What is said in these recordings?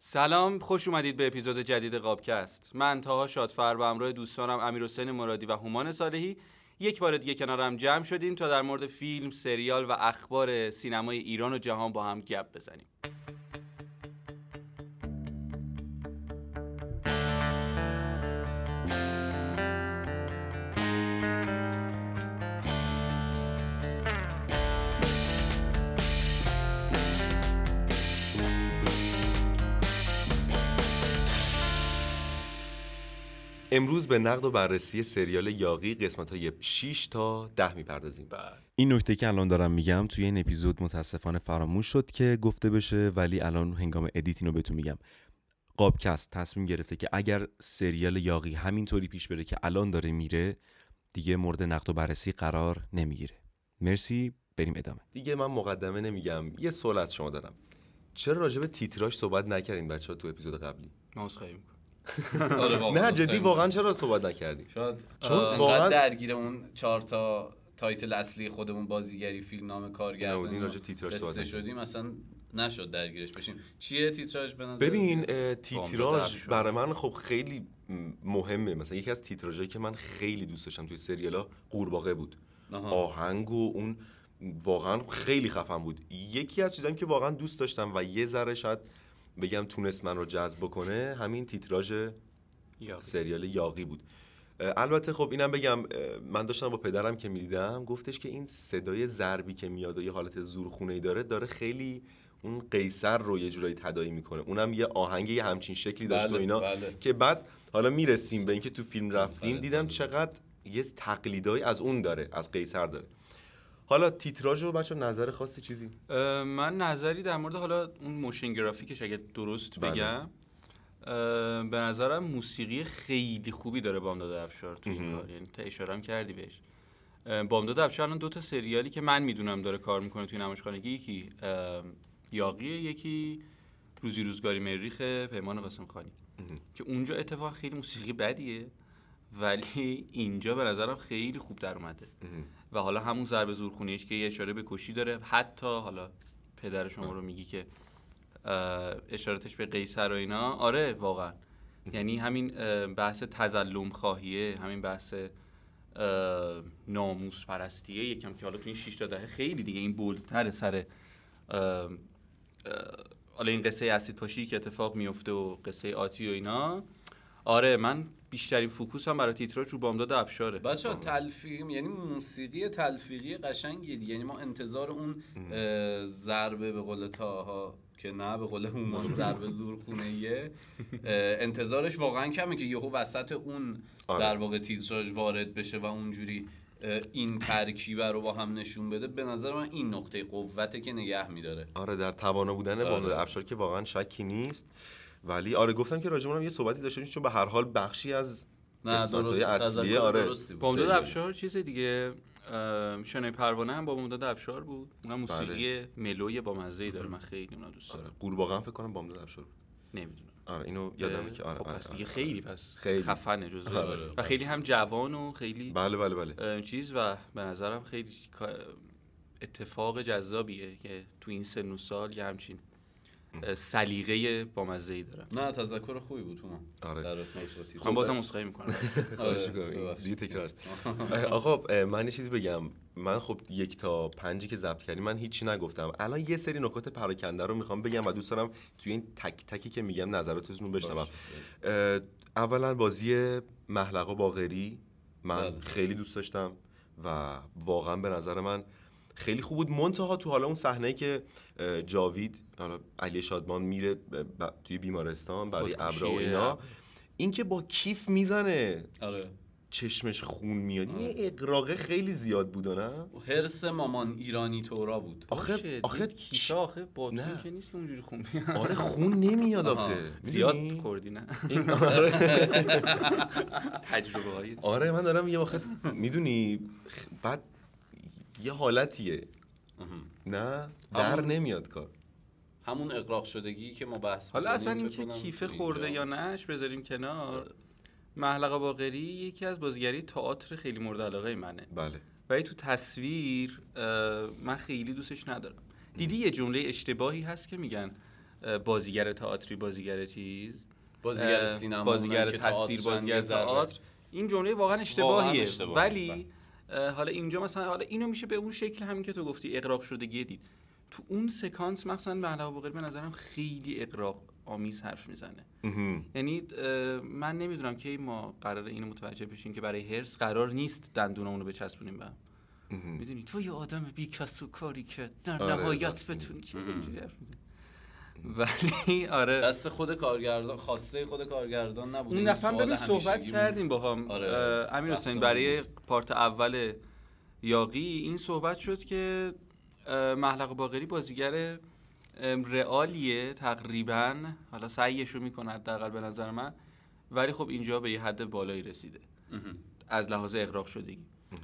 سلام، خوش اومدید به اپیزود جدید قابکست. من طاها شادفر به همراه دوستانم امیرحسین مرادی و هومان صالحی یک بار دیگه کنارم جمع شدیم تا در مورد فیلم، سریال و اخبار سینمای ایران و جهان با هم گپ بزنیم. امروز به نقد و بررسی سریال یاغی قسمت‌های 6 تا 10 میپردازیم. این نکته که الان دارم میگم توی این اپیزود متاسفانه فراموش شد که گفته بشه، ولی الان هنگام ادیت اینو بهتون میگم. قابکست تصمیم گرفته که اگر سریال یاغی همینطوری پیش بره که الان داره میره، دیگه مورد نقد و بررسی قرار نمیگیره. مرسی، بریم ادامه. دیگه من مقدمه نمیگم. یه سوال از شما دارم. چرا راجع به تیتراژ صحبت نکردین بچه‌ها تو اپیزود قبلی؟ عذرخواهی می‌کنم. نه جدی واقعا چرا صحبت نکردیم؟ شاید چون واقعا درگیر اون 4 تا تایتل اصلی خودمون، بازیگری، فیلمنامه، کارگردانی، راجع تیتراژ صحبت شدیم، اصلا نشد درگیرش بشیم. چیه تیتراژ به نظر؟ ببین تیتراژ برای من خب خیلی مهمه. مثلا یکی از تیتراژایی که من خیلی دوست داشتم توی سریالا قورباغه بود. آهنگ و اون واقعا خیلی خفن بود. یکی از چیزایی که واقعا دوست داشتم و یه ذره شاید بگم تونست من رو جذب بکنه همین تیتراژ سریال یاغی بود. البته خب اینم بگم، من داشتم با پدرم که میدیدم، گفتش که این صدای ضربی که میاد و یه حالت زورخونه‌ای داره خیلی اون قیصر رو یه جورایی تداعی میکنه. اونم یه آهنگ یه همچین شکلی داشت و اینا. که بعد حالا میرسیم به اینکه تو فیلم رفتیم دیدم چقدر یه تقلیدای از اون داره، از قیصر داره. حالا تیتراژ رو بچه نظر خاصی چیزی؟ من نظری در مورد حالا اون موشن گرافیکش اگه درست بگم، به نظرم موسیقی خیلی خوبی داره بامداد افشار تو این کار. یعنی تا اشاره هم کردی بهش. بامداد افشار الان 2 تا سریالی که من میدونم داره کار میکنه توی نمایشخانگی، یکی یاغیه، یکی روزی روزگاری مریخ پیمان قاسم خانی که اونجا اتفاقا خیلی موسیقی بدیه، ولی اینجا به نظرم خیلی خوب در اومده. و حالا همون ضربه زورخونیش که یه اشاره به کشی داره، حتی حالا پدر شما رو میگی که اشارتش به قیصر و اینا، آره واقعا یعنی همین بحث تظلم خواهیه، همین بحث ناموس پرستیه، یکم که حالا تو این 6 تا دهه خیلی دیگه این بولدتره سر حالا این قصه اسید پاشی که اتفاق میفته و قصه آتی و اینا. آره من بیشترین فوکوس هم برای تیتراژ رو بامداد افشاره. بچه‌ها تلفیق یعنی موسیقی تلفیقی قشنگیه دیگه. یعنی ما انتظار اون ضربه به قول طاها که نه به قول هومان ضربه زورخونه‌ایه، انتظارش واقعا کمه که یهو وسط اون در واقع تیتراژ وارد بشه و اونجوری این ترکیب رو با هم نشون بده. به نظر من این نقطه قوته که نگه می‌داره. آره در توانا بودن بامداد افشار که واقعا شکی نیست. ولی آره گفتم که راجع به یه صحبتی داشتیم چون به هر حال بخشی از قسمت‌های اصلیه. آره بامداد افشار چیز دیگه، شانه پروانه هم با بامداد افشار بود. اونم موسیقی ملوی با مزه‌ای داره، من خیلی اونو دوست دارم. قورباغه هم فکر کنم بامداد افشار بود. نمیدونم. آره اینو یادمه که خب پس دیگه خیلی پس خیلی خفنه جزو و خیلی هم جوان و خیلی بله چیز و به نظرم خیلی اتفاق جذابیه که تو این سن و سال یه همچین سلیقه با مزه‌ای دارم. نه تذکر خوبی بود هومان. آره من بازم عذرخواهی میکنم. دیگه تکرار. آقا من یه چیزی بگم. من خب 1 تا 5 که ضبط کردیم من هیچی نگفتم. الان یه سری نکات پراکنده رو میخوام بگم و دوست دارم توی این تک تکی که میگم نظراتتون رو بشنوم. اولا بازی محلقه باقری من خیلی دوست داشتم و واقعا به نظر من خیلی خوب بود. منتها تو حالا اون صحنه‌ای که جاوید حالا علی شادمان میره توی بیمارستان برای ابرا و اینا، این که با کیف میزنه، آره چشمش خون میاد، یه اقراقه خیلی زیاد بود نه؟ حرص مامان ایرانی تورا بود. آخه کیسه آخه باتون که نیست اونجوری خون میاد. آره خون نمیاد آخه. زیاد خوردی نه؟ تجربه هایی. آره من دارم یه وقت میدونی بعد یه حالتیه نه در نمیاد کار. همون اقراق شدگی که ما بحث حالا اصلا این که کیفه خورده یا نهش بذاریم کنار. محلقه باقری یکی از بازیگری تئاتر خیلی مورد علاقه منه. بله. ولی تو تصویر من خیلی دوستش ندارم. دیدی یه جمله اشتباهی هست که میگن بازیگر تئاتری، بازیگر چیز، بازیگر سینما، بازیگر تصویر، بازیگر تئاتر. این جمله واقعا اشتباهیه. ولی حالا اینجا مثلا حالا اینو میشه به اون شکل همین که تو گفتی اغراق شدگی دید. تو اون سکانس مثلا مهلق باقری به نظرم خیلی اغراق آمیز حرف میزنه. یعنی من نمیدونم که ما قراره اینو متوجه بشیم که برای هرس قرار نیست دندونامونو بچسبونیم به هم. میدونی تو یه آدم بی‌کس و کاری که در نهایت بتونی که اینجوری حرف میزنی. ولی آره دست خود کارگردان، خواسته خود کارگردان نبود. اون دفعه ببین صحبت کردیم با هم امیر حسین برای پارت اول یاغی این صحبت شد که مهلق باقری بازیگر رئالیه تقریبا، حالا سعیشو میکنه حداقل به نظر من، ولی خب اینجا به یه حد بالایی رسیده از لحاظ اغراق شدگی.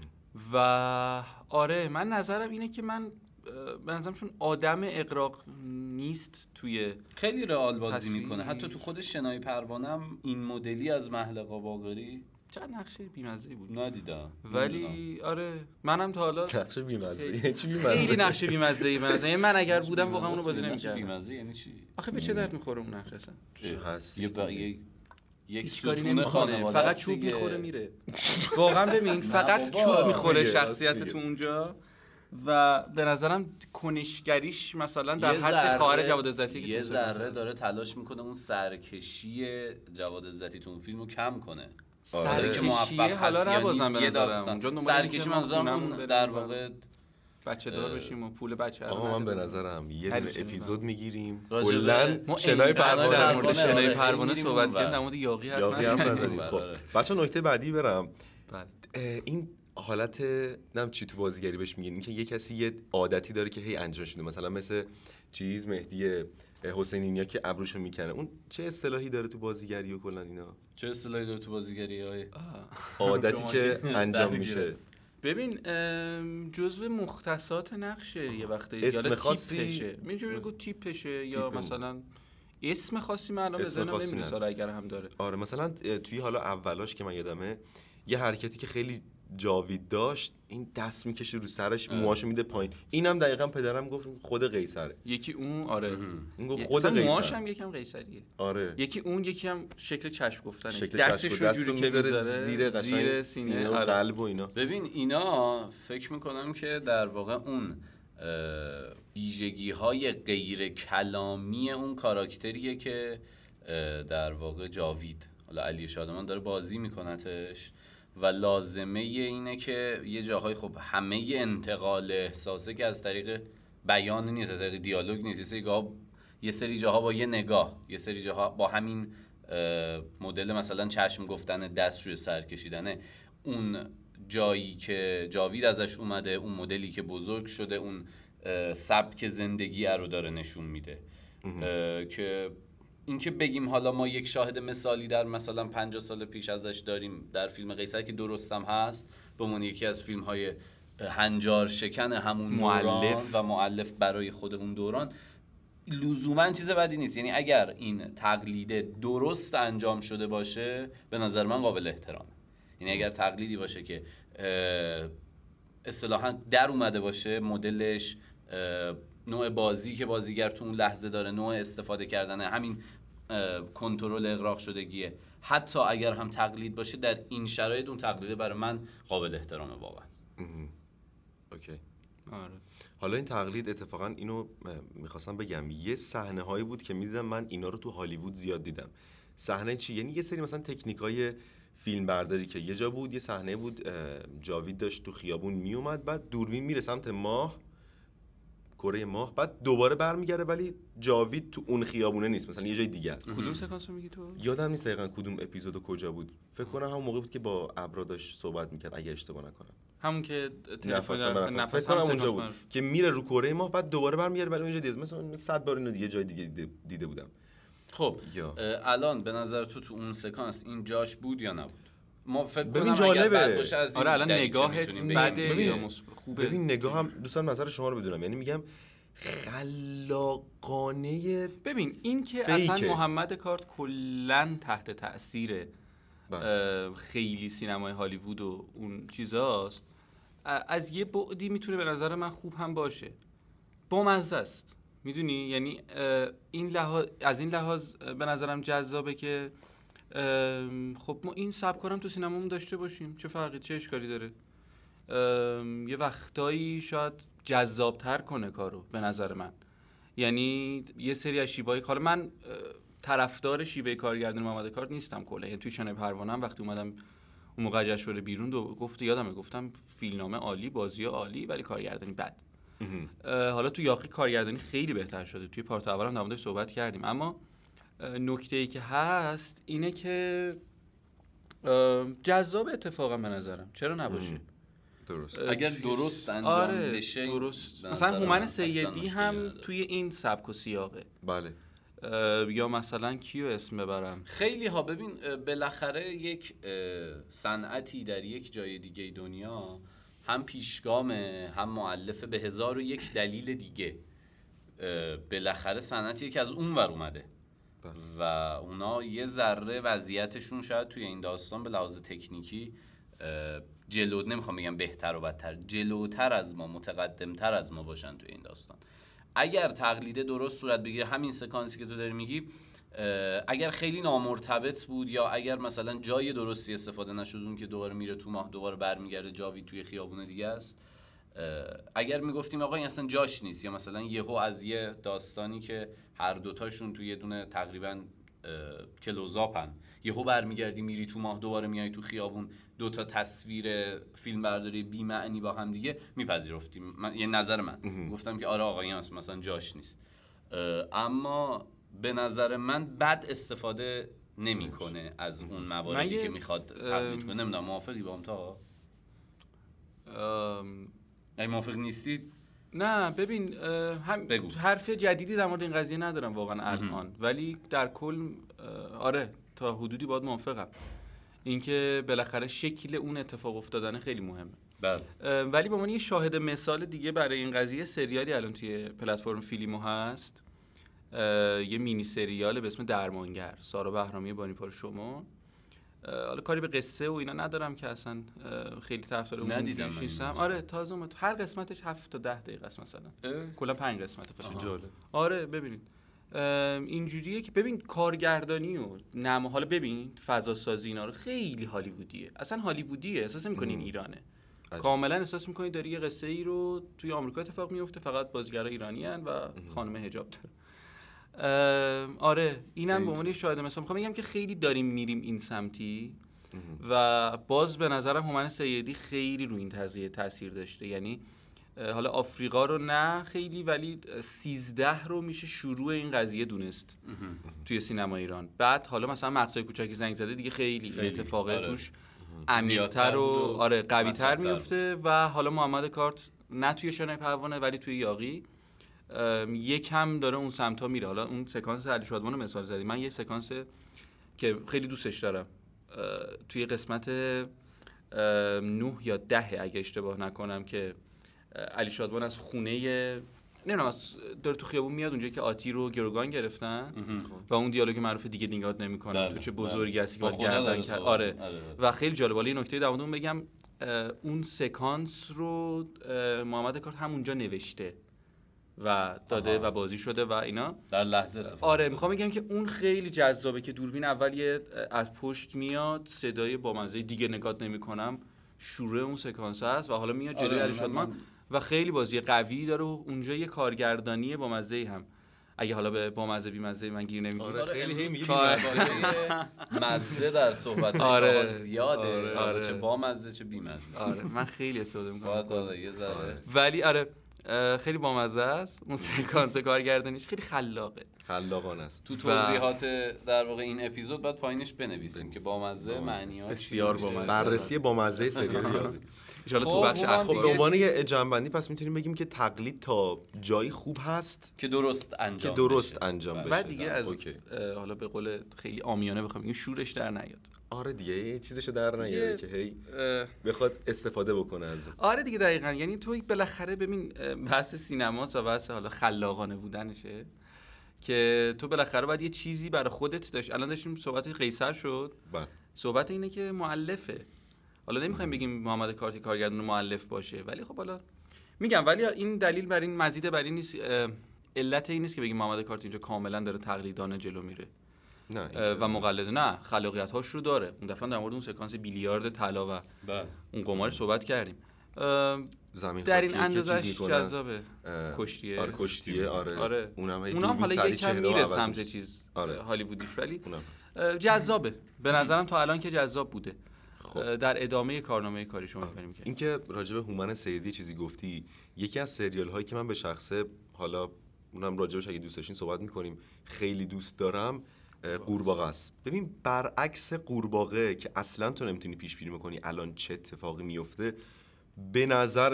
و آره من نظرم اینه که من به نظرم چون آدم اغراق نیست توی خیلی رئال بازی میکنه. حتی تو خود شنای پروانه هم این مدلی از مهلق باقری چقدر نقشه بی‌مزه‌ای بود ندیدم، ولی آره منم تا حالا نقشه بی‌مزه‌ای یعنی چی بی‌مزه؟ خیلی نقشه بی‌مزه‌ای مثلا من اگر بودم واقعا اونو بازی نمی‌کردم. بی‌مزه یعنی چی؟ آخه به چه درد می‌خوره اون نقشه اصلا؟ هست یک ستون نمی‌خونه، فقط چوب می‌خوره میره. واقعا ببین فقط چوب می‌خوره شخصیت تو اونجا و به نظرم کنشگریش مثلا در حد خواهر جواد عزتی که یه ذره داره تلاش میکنه اون سرکشی جواد عزتی تو اون فیلمو کم کنه. سرکشی که موفق حالا نبازم به نظرم سرکشی منظورم در واقع بچه دار بشیم و پول بچه رو من به نظرم یه دونه اپیزود میگیریم کلا شنای پروانه در مورد شنای پروانه صحبت کردیم، در مورد یاغی حرف نزنیم. خب بچه نکته بعدی برم. این حالت نم چی تو بازیگری بهش میگن، اینکه یه کسی یه عادتی داره که هی انجامش میده، مثلا مثل چیز مهدی حسینینیا که ابروشو میکنه، اون چه اصطلاحی داره تو بازیگری و کلا اینا؟ چه اصطلاحی داره تو بازیگری های عادتی که انجام میشه؟ ببین جزء مختصات نقشه یه وقتی اسم خاصی میتونی بگو تیپشه یا مثلا اسم خاصی من الان به ذهنم نمیرسه اگر هم داره. آره مثلا توی حالا اولاش که من یادمه یه حرکتی که خیلی جاوید داشت، این دست میکشه رو سرش موهاشو میده پایین، اینم دقیقاً پدرم گفت خود قیصره. یکی اون آره این گفت خود قیصر، موهاش هم یکم قیصریه. آره یکی اون، یکی هم شکل چشم گفتنه، دستش رو جوری که میذاره زیر سینه و قلب و اینا. ببین اینا فکر میکنم که در واقع اون ویژگی‌های غیر کلامی اون کاراکتریه که در واقع جاوید، حالا علی شادمان داره بازی میکنتش و لازمه اینه که یه جاهای خب همه انتقال احساسه که از طریق بیان نیست، از طریق دیالوگ نیست، یه سری جاها با یه نگاه، یه سری جاها با همین مدل مثلا چشم گفتن، دست روی سر کشیدنه، اون جایی که جاوید ازش اومده، اون مدلی که بزرگ شده، اون سبک زندگی رو داره نشون میده. که اینکه بگیم حالا ما یک شاهد مثالی در مثلا 50 سال پیش ازش داریم در فیلم قیصر که درستم هست، به عنوان یکی از فیلم‌های هنجار شکن همون دوران و مؤلف برای خود اون دوران، لزوما چیز بدی نیست. یعنی اگر این تقلید درست انجام شده باشه به نظر من قابل احترامه. یعنی اگر تقلیدی باشه که اصطلاحاً در اومده باشه، مدلش، نوع بازی که بازیگر تو اون لحظه داره، نوع استفاده کردن همین کنترل اغراق شدگیه، حتی اگر هم تقلید باشه در این شرایط اون تقلید برای من قابل احترامه واقعا. اوکی. آره. حالا این تقلید اتفاقا اینو میخواستم بگم، یه صحنه هایی بود که میدیدم من اینا رو تو هالیوود زیاد دیدم. صحنه چی؟ یعنی یه سری مثلا تکنیکای فیلم برداری که یه جا بود، یه صحنه بود جاوید داشت تو خیابون میومد، بعد دوربین میره سمت ماه، کره ماه، بعد دوباره برمیگره ولی جاوید تو اون خیابونه نیست، مثلا یه جای دیگه است. کدوم سکانس رو میگی تو؟ یادم نیست دقیقاً کدوم اپیزود و کجا بود. فکر کنم همون موقع بود که با ابرا داشت صحبت میکرد اگه اشتباه نکنم. همون که تلفن نفس هم اونجا بود که میره رو کره ماه بعد دوباره برمیگره ولی اونجا دیگه، مثلا 100 بار اینو دیگه جای دیگه دیده بودم. خب الان به نظر تو اون سکانس این جاش بود یا نبود؟ ما فکر کنم اگر بد باشه از این الان نگاهت بده یا خوبه؟ ببین نگاه هم دوستان نظر شما رو بدونم، یعنی میگم خلاقانه. ببین این که اصلا محمد کارت کلن تحت تأثیر خیلی سینمای هالیوود و اون چیزاست، از یه بعدی میتونه به نظر من خوب هم باشه، بامزه است، میدونی یعنی از این لحاظ به نظرم جذابه که خب ما این سبکارم تو سینمامون داشته باشیم، چه فرقی، چه اشکالی داره؟ یه وقتایی شاید جذابتر کنه کارو به نظر من. یعنی یه سری از شیوه‌های، حالا من طرفدار شیوه کارگردانی محمد کارت نیستم کلا، یعنی توی شانه پروانه وقتی اومدم اون موقع جشنواره بیرون گفتم فیلمنامه عالی، بازی عالی، ولی کارگردانی بد. حالا تو یاقی کارگردانی خیلی بهتر شده، توی پارت اول هم در موردش صحبت کردیم، اما نکته‌ای که هست اینه که جذاب اتفاقا به نظرم، چرا نباشه؟ درست. اگر درست انجام بشه. درست. مثلا هومن سیدی هم توی این سبک و سیاقه. بله. یا مثلا کیو اسم ببرم، خیلی ها ببین بالاخره یک صنعتی در یک جای دیگه دنیا هم پیشگامه هم مؤلفه به 1001 دلیل دیگه. بالاخره صنعتیه که از اون ور اومده و اونا یه ذره وضعیتشون شاید توی این داستان به لحاظ تکنیکی نمیخوام بگم بهتر و بدتر، جلوتر از ما، متقدمتر از ما باشن توی این داستان. اگر تقلید درست صورت بگیره، همین سکانسی که تو داری میگی اگر خیلی نامرتبط بود یا اگر مثلا جای درستی استفاده نشد، اون که دوباره میره تو ماه دوباره برمیگرده جاوید توی خیابون دیگه است، اگر میگفتیم آقا این اصلا جاش نیست، یا مثلا یهو از یه داستانی که هر دوتاشون توی یه دونه تقریبا کلوزاپن یهو برمیگردی میری تو ماه دوباره میای تو خیابون، دوتا تصویر فیلم برداری بی معنی با هم دیگه، میپذیرفتیم. یه نظر من گفتم که آره آقا این مثلا جاش نیست، اما به نظر من بد استفاده نمیکنه از اون مواردی که میخواد تقلید کنه. نمیدونم موافقی با هم تا اگه موافق نیستی نه ببین حرف جدیدی در مورد این قضیه ندارم واقعا الان، ولی در کل آره تا حدودی باید موافقم. اینکه بالاخره شکل اون اتفاق افتادن خیلی مهمه. بله. ولی به عنوان یه شاهد مثال دیگه برای این قضیه، سریالی الان توی پلتفرم فیلیمو هست، یه مینی سریال به اسم درمانگر، سارا بهرامی بانیپال شما. حالا کاری به قصه و اینا ندارم که اصلا خیلی طرفدار اون نیستم. آره تازه اومد، هر قسمتش 7 تا 10 دقیقه است مثلا، کلا 5 قسمته فقط. جالب. آره ببینید اینجوریه که ببین کارگردانی و حالا ببین فضا سازی اینا رو خیلی هالیوودیه، اصلا هالیوودیه، احساس می‌کنین ایرانه. کاملا احساس می‌کنی داری یه قصه ای رو توی آمریکا اتفاق میفته، فقط بازیگرا ایرانیان و خانم حجاب داره. آره اینم به عنوان شاهد مثلا میخوام بگم که خیلی داریم میریم این سمتی و باز به نظرم هومن سیدی خیلی روی این قضیه تاثیر داشته. یعنی حالا آفریقا رو نه خیلی، ولی 13 رو میشه شروع این قضیه دونست توی سینما ایران. بعد حالا مثلا مقطع کوچکی زنگ زده دیگه خیلی اتفاقه توش عمیق‌تر و آره قوی‌تر میفته. و حالا محمد کارت نه توی شانه پروانه ولی توی یاغی یکم داره اون سمتا میره. حالا اون سکانس علی شادمان رو مثال زدی، من یه سکانس که خیلی دوستش دارم توی قسمت 9 یا 10 اگه اشتباه نکنم که علی شادمان از خونه نمیدونم داره تو خیابون میاد اونجایی که آتی رو گروگان گرفتن و اون دیالوگ معروف دیگه نگات نمیکنم تو چه بزرگی هستی که باید گردن کرد. آره و خیلی جالب. حالا یه نکته در اون بگم، اون سکانس رو محمد کارت همونجا نوشته و داده و بازی شده و اینا در لحظه آره میخوام بگم که اون خیلی جذابه که دوربین اول از پشت میاد، صدای بامزه دیگه نگات نمیکنم شروع اون سکانس است و حالا میاد جلوی علی شادمان و خیلی بازی قوی داره. و اونجا یه کارگردانی بامزه هم، اگه حالا به بامزه بی‌مزه من گیر نمیگیره. آره خیلی میگیم مزه در صحبت آره زیاده. آره چه بامزه چه بی‌مزه. آره من خیلی استفاده میکنم. آره یه ذره ولی آره خیلی بامزه است اون سکانس کارگردانیش، خیلی خلاقانه است. تو توضیحات در واقع این اپیزود بعد پایینش بنویسیم که بامزه معنی‌هاش بسیار بامزه، بررسی بامزه سریال یاغی. ان شاء الله تو بخش خب به عنوان یه جنبندی پس میتونیم بگیم که تقلید تا جایی خوب هست که درست انجام بشه. بعد دیگه از حالا به قول خیلی عامیانه بخوام بگیم شورش در نیاد. آره دیگه یه چیزشو در نیاره که هی بخواد استفاده بکنه از اون. آره دیگه دقیقاً. یعنی تو بالاخره ببین بحث سینماست و بحث حالا خلاقانه بودنشه که تو بالاخره باید یه چیزی برای خودت داشت. الان داشتیم صحبت قیصر شد، صحبت اینه که مؤلفه. حالا نمیخوایم بگیم محمد کارتی کارگردان مؤلف باشه، ولی خب حالا میگم، ولی این دلیل بر این مزید بر این نیست علت این نیست که بگیم محمد کارت اینجا کاملا داره تقلیدانه جلو میره نه و مقلده، نه خلاقیت هاش رو داره. اون دفعه در مورد اون سکانس بیلیارد طلا و اون قمار صحبت کردیم. در این اندازش جذابه. کشتیه. آره کشتیه. آره. اونم حالا یکم میره سمت چیز هالیوودیش، ولی جذابه به نظرم. تا الان که جذاب بوده. در ادامه کارنامه کاری شما می‌بینیم که اینکه راجع به هومن سیدی چیزی گفتی، یکی از سریال هایی که من به شخصه، حالا اونم راجعش اگه دوست داشتین صحبت می‌کنیم، خیلی دوست دارم، قورباغه است. ببین برعکس قورباغه که اصلا تو نمیتونی پیش بینی کنی الان چه اتفاقی میفته، به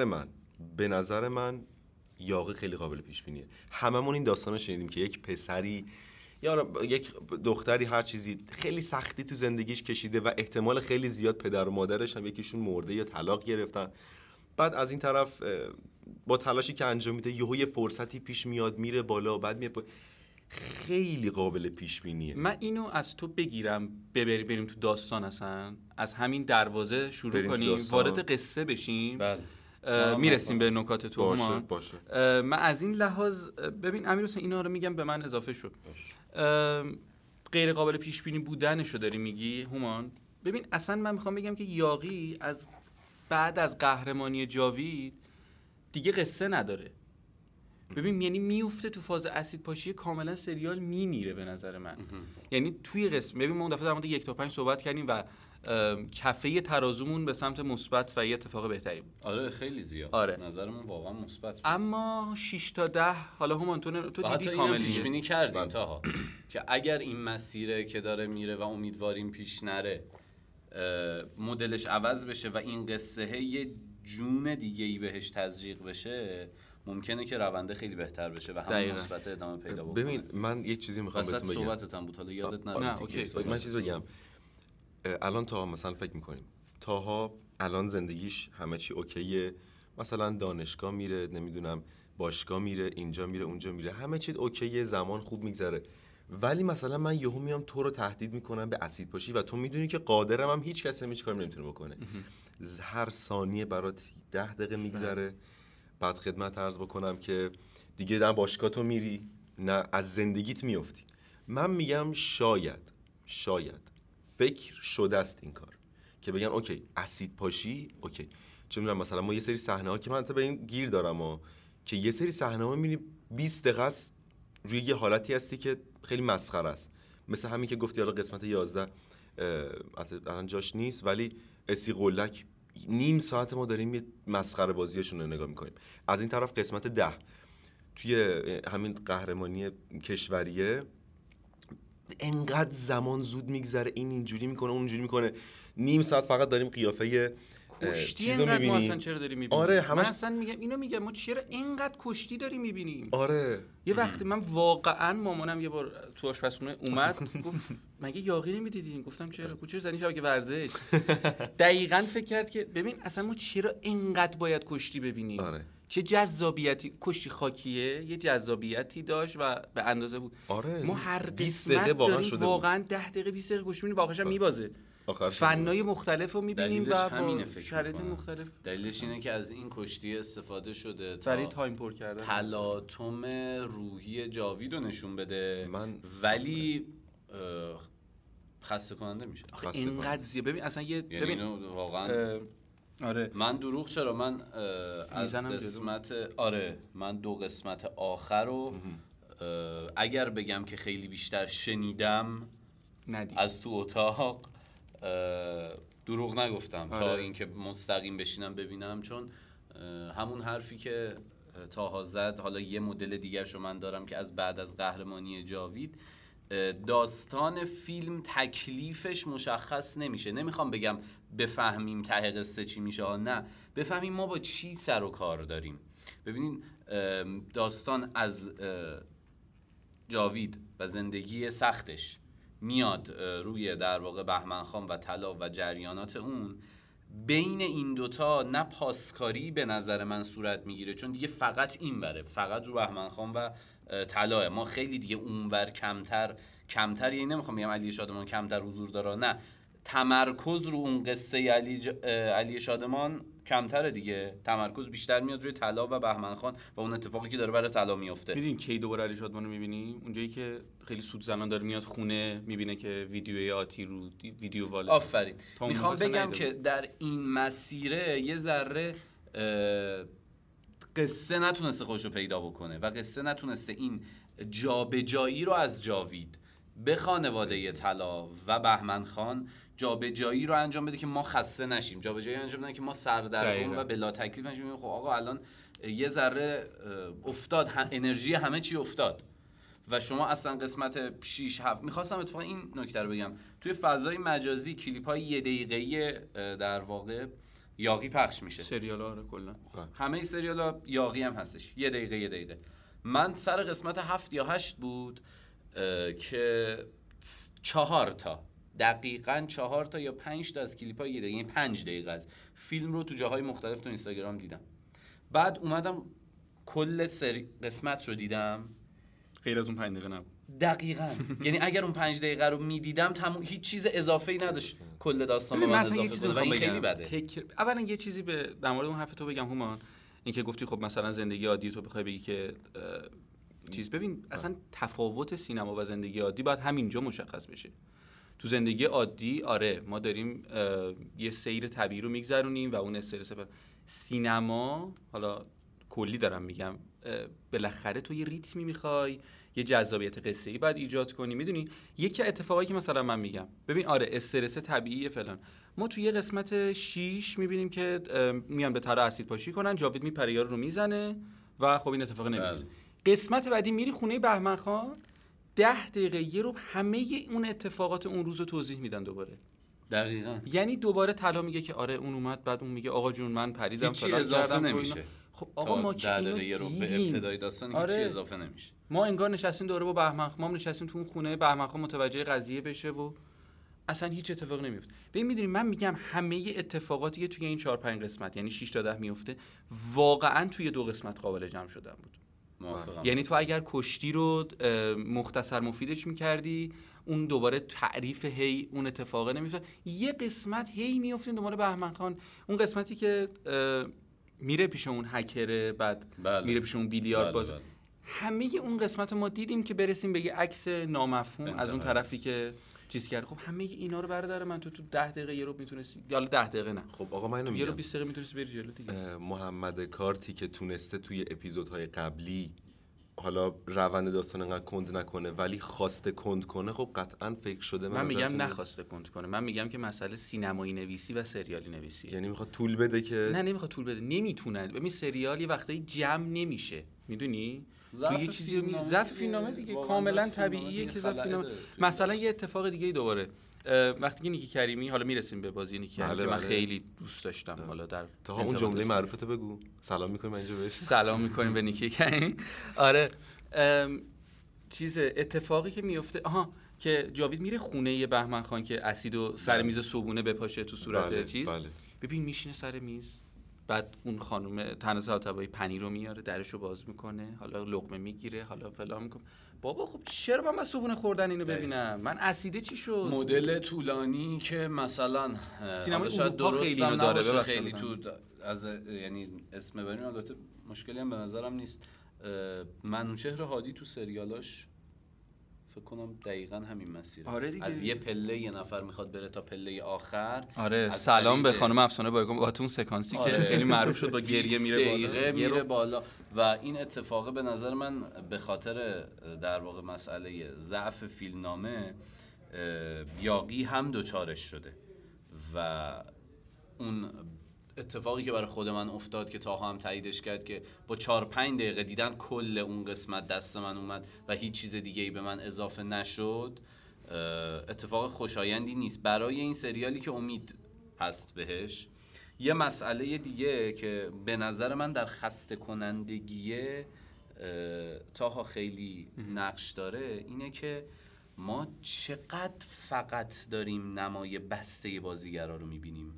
نظر من یاغی خیلی قابل پیش بینیه. هممون این داستانو شنیدیم که یک پسری یا یک دختری هر چیزی خیلی سختی تو زندگیش کشیده و احتمال خیلی زیاد پدر و مادرش هم یکیشون مرده یا طلاق گرفتن. بعد از این طرف با تلاشی که انجام میده یهو یه فرصتی پیش میاد، میره بالا، بعد میاد خیلی قابل پیش بینیه. من اینو از تو بگیرم بریم تو داستان، اصلا از همین دروازه شروع کنیم، وارد قصه بشیم. بله. میرسیم به نکات تو. باشه. من از این لحاظ ببین امیر حسین اینا رو میگم، به من اضافه شد. غیر قابل پیش بینی بودنشو داری میگی هومان. ببین اصلا من میخوام بگم که یاغی از بعد از قهرمانی جاوید دیگه قصه نداره. ببین یعنی میفته تو فاز اسید پاشی، کاملا سریال میمیره به نظر من. یعنی توی قسم ببین ما اون دفعه در مورد 1 تا 5 صحبت کردیم و کفه ترازومون به سمت مثبت و یه اتفاق بهتری بود. آره خیلی زیاد. آره. نظرمون واقعا مثبت بود. اما 6 تا 10 حالا هومان تو دیدی کاملی پیش بینی کردیم تاها که اگر این مسیره که داره میره و امیدواریم پیش نره مدلش عوض بشه و این قصه یه جون دیگه‌ای بهش تزریق بشه، ممکنه که رونده خیلی بهتر بشه و هم مثبت ادامه پیدا بکنه. ببین من یه چیزی میخوام بهتون بگم. صحبتت هم بود حالا یادت نره. نه اوکی. من چیز بگم. الان تا مثلا فکر میکنیم تاها الان زندگیش همه چی اوکیه، مثلا دانشگاه میره، نمیدونم باشگاه میره، اینجا میره اونجا میره، همه چی اوکیه، زمان خوب میگذره. ولی مثلا من یهو میام تو رو تهدید میکنم به اسید پاشی و تو میدونی که قادرم هم هیچ کس هیچ کاری نمیتونه بکنه. هر ثانیه برات 10 دقیقه میگذره. بعد خدمت عرض بکنم که دیگه نه باشگاه تو میری نه از زندگیت میافتی. من میگم شاید فکر شده است این کار که بگن اوکی اسید پاشی اوکی، چه میدونم مثلا ما یه سری صحنه ها که من به این گیر دارم که یه سری صحنه ها میبینی 20 دقیقه است روی یه حالتی هستی که خیلی مسخره است، مثل همین که گفتی حالا قسمت 11 الان جاش نیست، ولی اسی قلک نیم ساعت ما داریم یه مسخره بازیشون رو نگاه میکنیم. از این طرف قسمت 10 توی همین قهرمانی کشوریه انقدر زمان زود میگذره، این اینجوری میکنه اونجوری میکنه، نیم ساعت فقط داریم قیافه چیزو میبینیم. ما اصلا چرا داریم میبینیم؟ آره همش... من اصلا میگم ما چرا اینقدر کشتی داریم میبینیم؟ آره یه وقتی من واقعا مامانم یه بار تو آشپزخونه اومد گفت مگه یاغی نمیدیدین؟ گفتم چرا؟ کوچه زنی شبکه ورزش. دقیقاً فکر کرد که ببین اصلا ما چرا اینقدر باید کشتی ببینیم؟ آره. چه جذابیتی، کشتی خاکیه یه جذابیتی داشت و به اندازه بود. آره. ما هر قسمت داریم واقعا 10 دقیقه 20 دقیقه گوش می‌کنیم، واقعا میبازه. فنای مختلف رو می‌بینیم و با شرایط مختلف. دلیلش اینه که از این کشتی استفاده شده برای تایم پر کردن، تلاطم روحی جاوید رو نشون بده، ولی خسته کننده میشه. اینقدر زیاد ببین اصلا یه ببین واقعا آره من دروغ چرا من از قسمت من 2 قسمت آخر رو اگر بگم که خیلی بیشتر شنیدم از تو اتاق دروغ نگفتم. تا اینکه مستقیم بشینم ببینم، چون همون حرفی که تاها زد، حالا یه مدل دیگه شو من دارم که از بعد از قهرمانی جاوید داستان فیلم تکلیفش مشخص نمیشه. نمیخوام بگم بفهمیم ته قصه چی میشه، نه بفهمیم ما با چی سر و کار داریم. ببینین داستان از جاوید و زندگی سختش میاد روی در واقع بهمن خان و طلا و جریانات اون. بین این دوتا نه پاسکاری به نظر من صورت میگیره، چون دیگه فقط این وره، فقط رو بهمن خان و طلاه. ما خیلی دیگه اونور کمتر، یعنی نمیخوام بگم علی شادمان کمتر حضور داره، نه تمرکز رو اون قصه علی شادمان کمتره دیگه، تمرکز بیشتر میاد روی طلا و بهمن خان و اون اتفاقی که داره برای طلا میفته. میدونی کی دوباره علی شادمان رو میبینیم؟ اونجایی که خیلی سود زنان داره میاد خونه، میبینه که ویدیوی آتی رو ویدیو واله. آفرین. میخوام بگم که در این مسیره یه ذره قصه نتونسته خودشو پیدا بکنه و قصه نتونسته این جابجایی رو از جاوید به خانواده طلا و بهمن خان جابجایی رو انجام بده که ما خسته نشیم، جابجایی انجام بده که ما سردرگم و بلا تکلیف نشیم. خب آقا الان یه ذره افتاد، انرژی همه چی افتاد و شما اصلا قسمت 6 7 میخواستم اتفاقا این نکته رو بگم، توی فضای مجازی کلیپ های 1 دقیقه‌ای در واقع یاغی پخش میشه، سریال ها رو کلا همه سریال ها یاغی هم هستش، 1 دقیقه. من سر قسمت 7 یا 8 بود که 4 تا دقیقاً 4 تا یا 5 تا از کلیپ های 1 دقیقه، یعنی 5 دقیقه از فیلم رو تو جاهای مختلف تو اینستاگرام دیدم. بعد اومدم کل قسمت رو دیدم، غیر از اون 5 دقیقه نبود دقیقاً. یعنی اگر اون 5 دقیقه رو میدیدم هیچ چیز اضافه‌ای نداشت کل داستان به من اضافه کنه و این خیلی بده. اولا یه چیزی در مورد اون حرف تو بگم هومان، این که گفتی خب مثلا زندگی عادی تو بخوای بگی که چیز، ببین اصلا تفاوت سینما و زندگی عادی باید همینجا مشخص بشه. تو زندگی عادی آره ما داریم یه سیر طبیعی رو میگذرونیم و اون استرس. سینما حالا کلی دارم میگم، بالاخره تو یه ریتمی میخوای، یه جذابیت قصه‌ای باید ایجاد کنی. میدونی یکی اتفاقایی که مثلا من میگم، ببین آره استرس طبیعیه فلان، ما توی یه قسمت 6 میبینیم که میان به طرح اسید پاشی کنن، جاوید میپره یارو رو میزنه و خب این اتفاق نمیفته. قسمت بعدی میری خونه بهمن خان، 10 دقیقه یه رو همه اون اتفاقات اون روز رو توضیح میدن دوباره. دقیقاً. یعنی دوباره طلا میگه که آره اون اومد، بعد اون میگه آقا جون من پریدم فلان، هیچ اضافه نمیشه. خب آقا ما که اینو رو به ابتدای داستان هیچ اضافه نمیشه. ما انگار نشستیم دوره با بهمن خان، ما نشستیم تو اون خونه بهمن خان متوجه قضیه بشه و اصلا هیچ اتفاقی نمیفته. ببین میدونی من میگم همه اتفاقاتی که توی این 4-5 قسمت یعنی 6 تا 10 میفته واقعا توی 2 قسمت قابل جمع شدن بود. یعنی تو اگر کشتی رو مختصر مفیدش میکردی، اون دوباره تعریف هی اون اتفاقه نمیفته، یه قسمت هی میافتیم دوباره بهمن خان، اون قسمتی که میره پیش اون هکر، بعد میره پیش اون بیلیارد باز. همه اون قسمت ما دیدیم که برسیم به یه عکس نامفهوم از اون طرفی که چیز کرد. خب همه اینا رو برادر من تو 10 دقیقه یه رو میتونستی، یا 10 دقیقه نه، خب آقا من اینو میگم یه رو 20 دقیقه میتونستی بری جلو دیگه. محمد کارتی که تونسته توی اپیزودهای قبلی حالا روند داستان انقدر کند نکنه ولی خواسته کند کنه، خب قطعا فکر شده. من میگم نخواسته کند کنه، من میگم که مسئله سینمایی نویسی و سریالی نویسی، یعنی میخواد طول بده که نه نمیخواد طول بده، نمیتونه. ببین سریال یه وقتایی جمع نمیشه، میدونی تو یه چیزی ضعف فیلمنامه دیگه کاملا طبیعیه که ضعف فیلمنامه. مثلا یه اتفاق دیگه دوباره وقتی که نیکی کریمی، حالا میرسیم به بازی نیکی کریمی که من خیلی دوست داشتم، حالا در تا اون جمله معروفتو بگو، سلام میکنیم اینجا بهش، سلام میکنیم به نیکی کریمی. آره چیز اتفاقی که میفته که جاوید میره خونه بهمن خان که اسیدو سر میز صبونه بپاشه تو صورت چیز. ببین میشینه سر میز، بعد اون خانم تنز حاتبایی پنیر رو میاره، درشو باز میکنه، حالا لقمه میگیره، حالا فلان میکنه. بابا خب چرا من صبونه خوردن اینو ببینم؟ من اسیده چی شد؟ مدل طولانی که مثلا سینما شاید درست هم داره، خیلی تو از یعنی اسم ببریم، البته مشکلی هم به نظرم نیست. منوچهر هادی تو سریالاش فکر کنم دقیقاً همین مسیره. آره دیگه. از یه پله یه نفر میخواد بره تا پله آخر. آره سلام به خانم افسانه بایگان با اون سکانسی که خیلی معروف شد با گریه میره بالا و این اتفاق به نظر من به خاطر در واقع مسئله ضعف فیلمنامه یاغی هم دوچارش شده و اون اتفاقی که برای خود من افتاد که تاها هم تاییدش کرد که با 4-5 دقیقه دیدن کل اون قسمت دست من اومد و هیچ چیز دیگه‌ای به من اضافه نشد، اتفاق خوشایندی نیست برای این سریالی که امید هست بهش. یه مسئله دیگه که به نظر من در خسته کنندگیه تاها خیلی نقش داره اینه که ما چقدر فقط داریم نمای بسته بازیگرا رو میبینیم.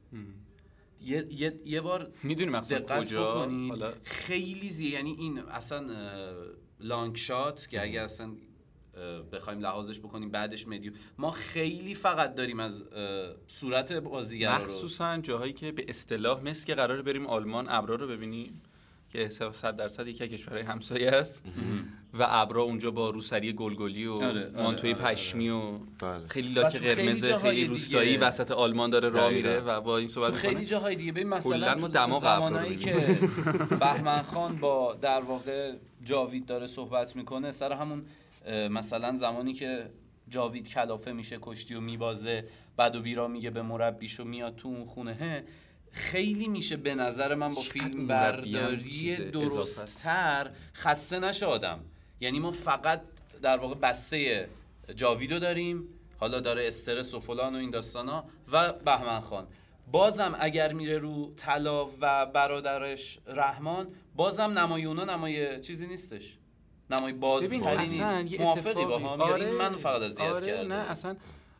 یه بار میدونی مقصد کجا خیلی یعنی این اصلا لانگ شات که اگه اصلا بخوایم لحاظش بکنیم بعدش مدیوم، ما خیلی فقط داریم از صورت بازیگر رو، مخصوصا جاهایی که به اصطلاح مثل که قراره بریم آلمان ابرا رو ببینیم که 100% یکی از کشورهای همسایه است و ابرا اونجا با روسری گلگلی و مانتوی پشمی و خیلی لاک قرمز خیلی روستایی وسط آلمان داره راه میره و با این صحبت میکنه. خیلی جاهای دیگه ببین مثلا تو زمانایی که بهمن خان با در واقع جاوید داره صحبت میکنه سر همون مثلا زمانی که جاوید کلافه میشه کشتی و میبازه بعد و بیرا میگه به مربیشو میاد تو اون خونه، خیلی میشه به نظر من با فیلم برداری درست‌تر خسته نشه آدم. یعنی ما فقط در واقع بسته جاویدو داریم، حالا داره استرس و فلان و این داستانا و بهمن خان، بازم اگر میره رو طلا و برادرش رحمان بازم نمای اونا نمای چیزی نیستش، نمای بازتری نیست. موافقی با هم؟ آره، این منو فقط اذیت آره کرده. نه اصلا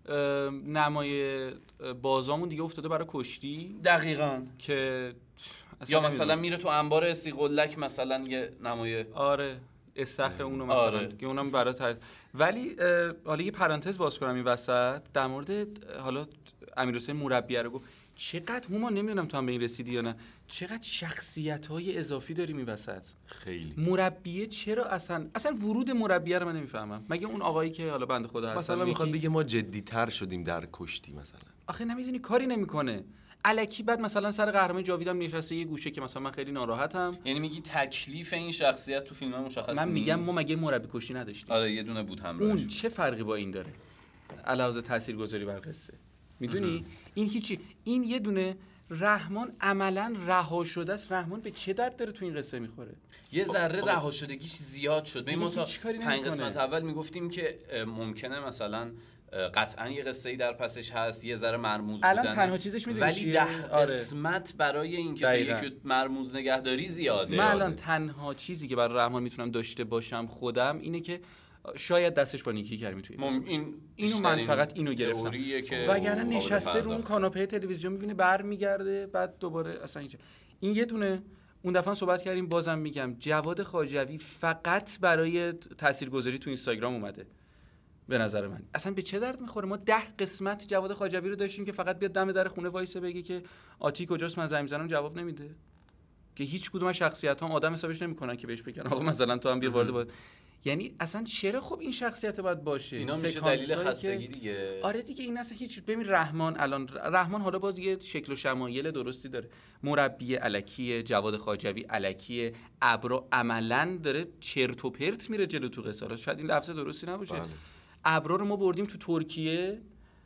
نمای بازامون دیگه افتاده برای کشتی دقیقاً که یا مثلا میره تو انبار سیغلک مثلا یه نمای آره استخر اونو مثلا آره. که اونم برای ولی حالا یه پرانتز باز کنم این وسط در مورد حالا امیرحسین مربی رو گفت چقدر ما نمیدونم تو هم به این رسیدی یا نه، چقدر شخصیت‌های اضافی داریم این وسط. خیلی مربیه چرا اصلا ورود مربیه رو من نمیفهمم. مگه اون آقایی که حالا بنده خدا هستن مثلا میخواد بگه ما جدی‌تر شدیم در کشتی مثلا، آخه نمی‌دونی کاری نمیکنه الکی، بعد مثلا سر قهرمان جاویدم نشسته یه گوشه که مثلا من خیلی ناراحتم. یعنی میگی تکلیف این شخصیت تو فیلم‌ها مشخص نیست. من میگم ما مگه مربی کشتی نداشتیم؟ آره یه دونه بود همراهش. اون چه فرقی با این داره علاوه تاثیرگذاری بر قصه؟ میدونی این هیچی، این یه دونه رحمان عملاً رها شده است. رحمان به چه درد داره تو این قصه میخوره؟ یه ذره رها شدگیش زیاد شد. ما تا 5 قسمت اول میگفتیم که ممکنه مثلا قطعا یه قصه‌ای در پسش هست، یه ذره مرموز بودن، الان تنها چیزش میدونی ولی 10 قسمت برای اینکه یکی مرموز نگهداری زیاده. من الان تنها چیزی که برای رحمان میتونم داشته باشم خودم اینه که شاید دستش با نیکی کریمی توی اینو من فقط اینو گرفتم، وگرنه نشسته رو اون کاناپه تلویزیون میبینه برمیگرده بعد دوباره اصلا این یه دونه. اون دفعه صحبت کردیم بازم میگم جواد خواجوی فقط برای تاثیرگذاری تو اینستاگرام اومده به نظر من. اصلا به چه درد میخوره؟ ما 10 قسمت جواد خواجوی رو داشتیم که فقط بیاد دم در خونه وایسه بگه که آتی کجاست من زنگ میزنم جواب نمیده، که هیچ کدوم از شخصیت‌ها آدم حسابش نمیکنن که بهش بگن آقا مثلا تو هم بیا وارد یعنی اصلا چرا خب این شخصیت باید باشه؟ اینا میشه دلیل خستگی دیگه. آره دیگه این اصلا هیچ. ببین رحمان حالا باز یه شکل و شمایل درستی داره، مربی الکیه، جواد خواجوی الکیه، ابرا عملاً داره چرت و پرت میره جلو تو قصه. شاید این لفظ درستی نباشه. ابرا رو ما بردیم تو ترکیه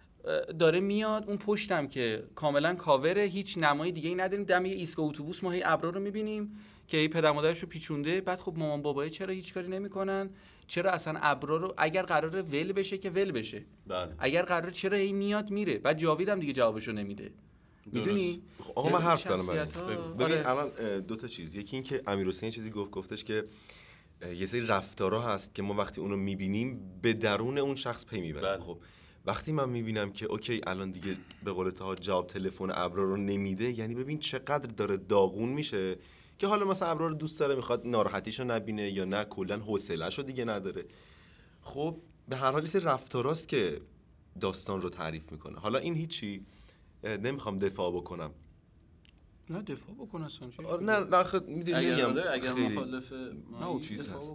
داره میاد اون پشتم که کاملا کاوره، هیچ نمای دیگه ای نداریم، دم یه ایستگاه اتوبوس ما هی ابرا رو میبینیم که ای پدر مادرش رو پیچونده. بعد خب مامان بابای چرا هیچ کاری نمیکنن؟ چرا اصلا ابرا رو اگر قراره ول بشه که ول بشه، بله. اگر قراره چرا هی میاد میره؟ بعد جاوید هم دیگه جوابشو نمیده. میدونی آقا من حرف دارم. ببین الان دو تا چیز، یکی این که امیرحسین چیزی گفتش که یه سری رفتارها هست که ما وقتی اونو میبینیم به درون اون شخص پی میبریم. خب وقتی من میبینم که اوکی الان دیگه به قول تا جواب تلفن ابرار رو نمیده، یعنی ببین چقدر داره داغون میشه که حالا مثلا ابرار دوست داره میخواد ناراحتیشو نبینه یا نه کلا حوصله‌شو دیگه نداره. خب به هر حال این رفتاراست که داستان رو تعریف میکنه. حالا این هیچی نمیخوام دفاع بکنم. نه دفاع بکن اصلا نه خود میدونی میگم اگر مخالف نه اون چیز هست.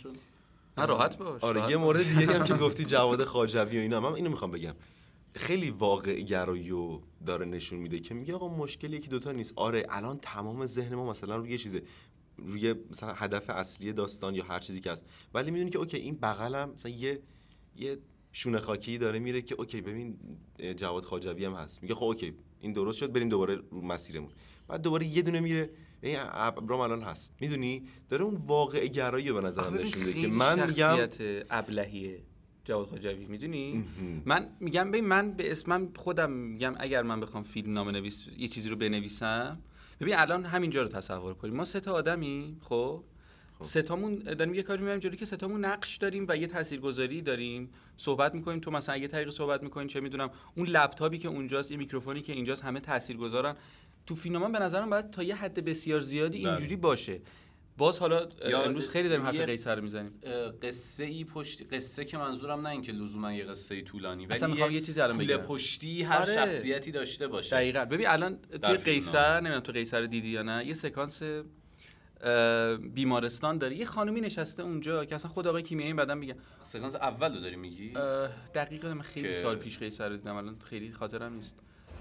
نه راحت باش. آره یه مورد دیگه هم که گفتی جواد خواجوی و اینا، من اینو میخوام بگم خیلی واقع گراییو داره نشون میده که میگه آقا مشکلی یکی دوتا نیست. آره الان تمام ذهن ما مثلا روی چیزه، روی مثلا هدف اصلی داستان یا هر چیزی که هست، ولی میدونی که اوکی این بغلم مثلا یه شونه خاکی داره میره که اوکی ببین جواد خواجوی هم هست، میگه خب اوکی این درست شد بریم دوباره رو مسیرمون. بعد دوباره یه دونه میره این ابرام الان هست. میدونی داره اون واقع گرایی به نظرم نشون میده که من میگم شخصیت ابلهیه جواد خواجوی. میدونی من میگم ببین من به اسمم خودم میگم اگر من بخوام فیلم نامه نویس یه چیزی رو بنویسم، ببین الان همینجا رو تصور کنیم ما 3 آدمی خب 3 تامون داریم یه کاری می‌کنیم جوری که 3 تامون نقش داریم و یه تاثیرگذاری داریم، صحبت می‌کنیم. تو مثلا یه طریق صحبت می‌کنی چه می‌دونم اون لپتاپی که اونجاست، این میکروفونی که اینجاست، همه تاثیرگذارن. تو فیلم‌ها به نظرم باید تا یه حد بسیار زیادی اینجوری باشه. باز حالا امروز خیلی داریم حرف قیصر رو میزنیم. قصه ای پشت قصه که منظورم نه این که لزوما یه قصه طولانی، ولی اصلا میخوام یه چیزی الان بگم، پشتی هر شخصیتی داشته باشه. دقیقاً. ببین الان توی قیصر، نمیدونم تو قیصر دیدی یا نه، یه سکانس بیمارستان داره، یه خانومی نشسته اونجا که اصلا خود آقای کیمیایی بعداً میگه. سکانس اول رو داری میگی؟ دقیقاً من خیلی سال پیش قیصر رو دیدم، الان خیلی خاطرم نیست.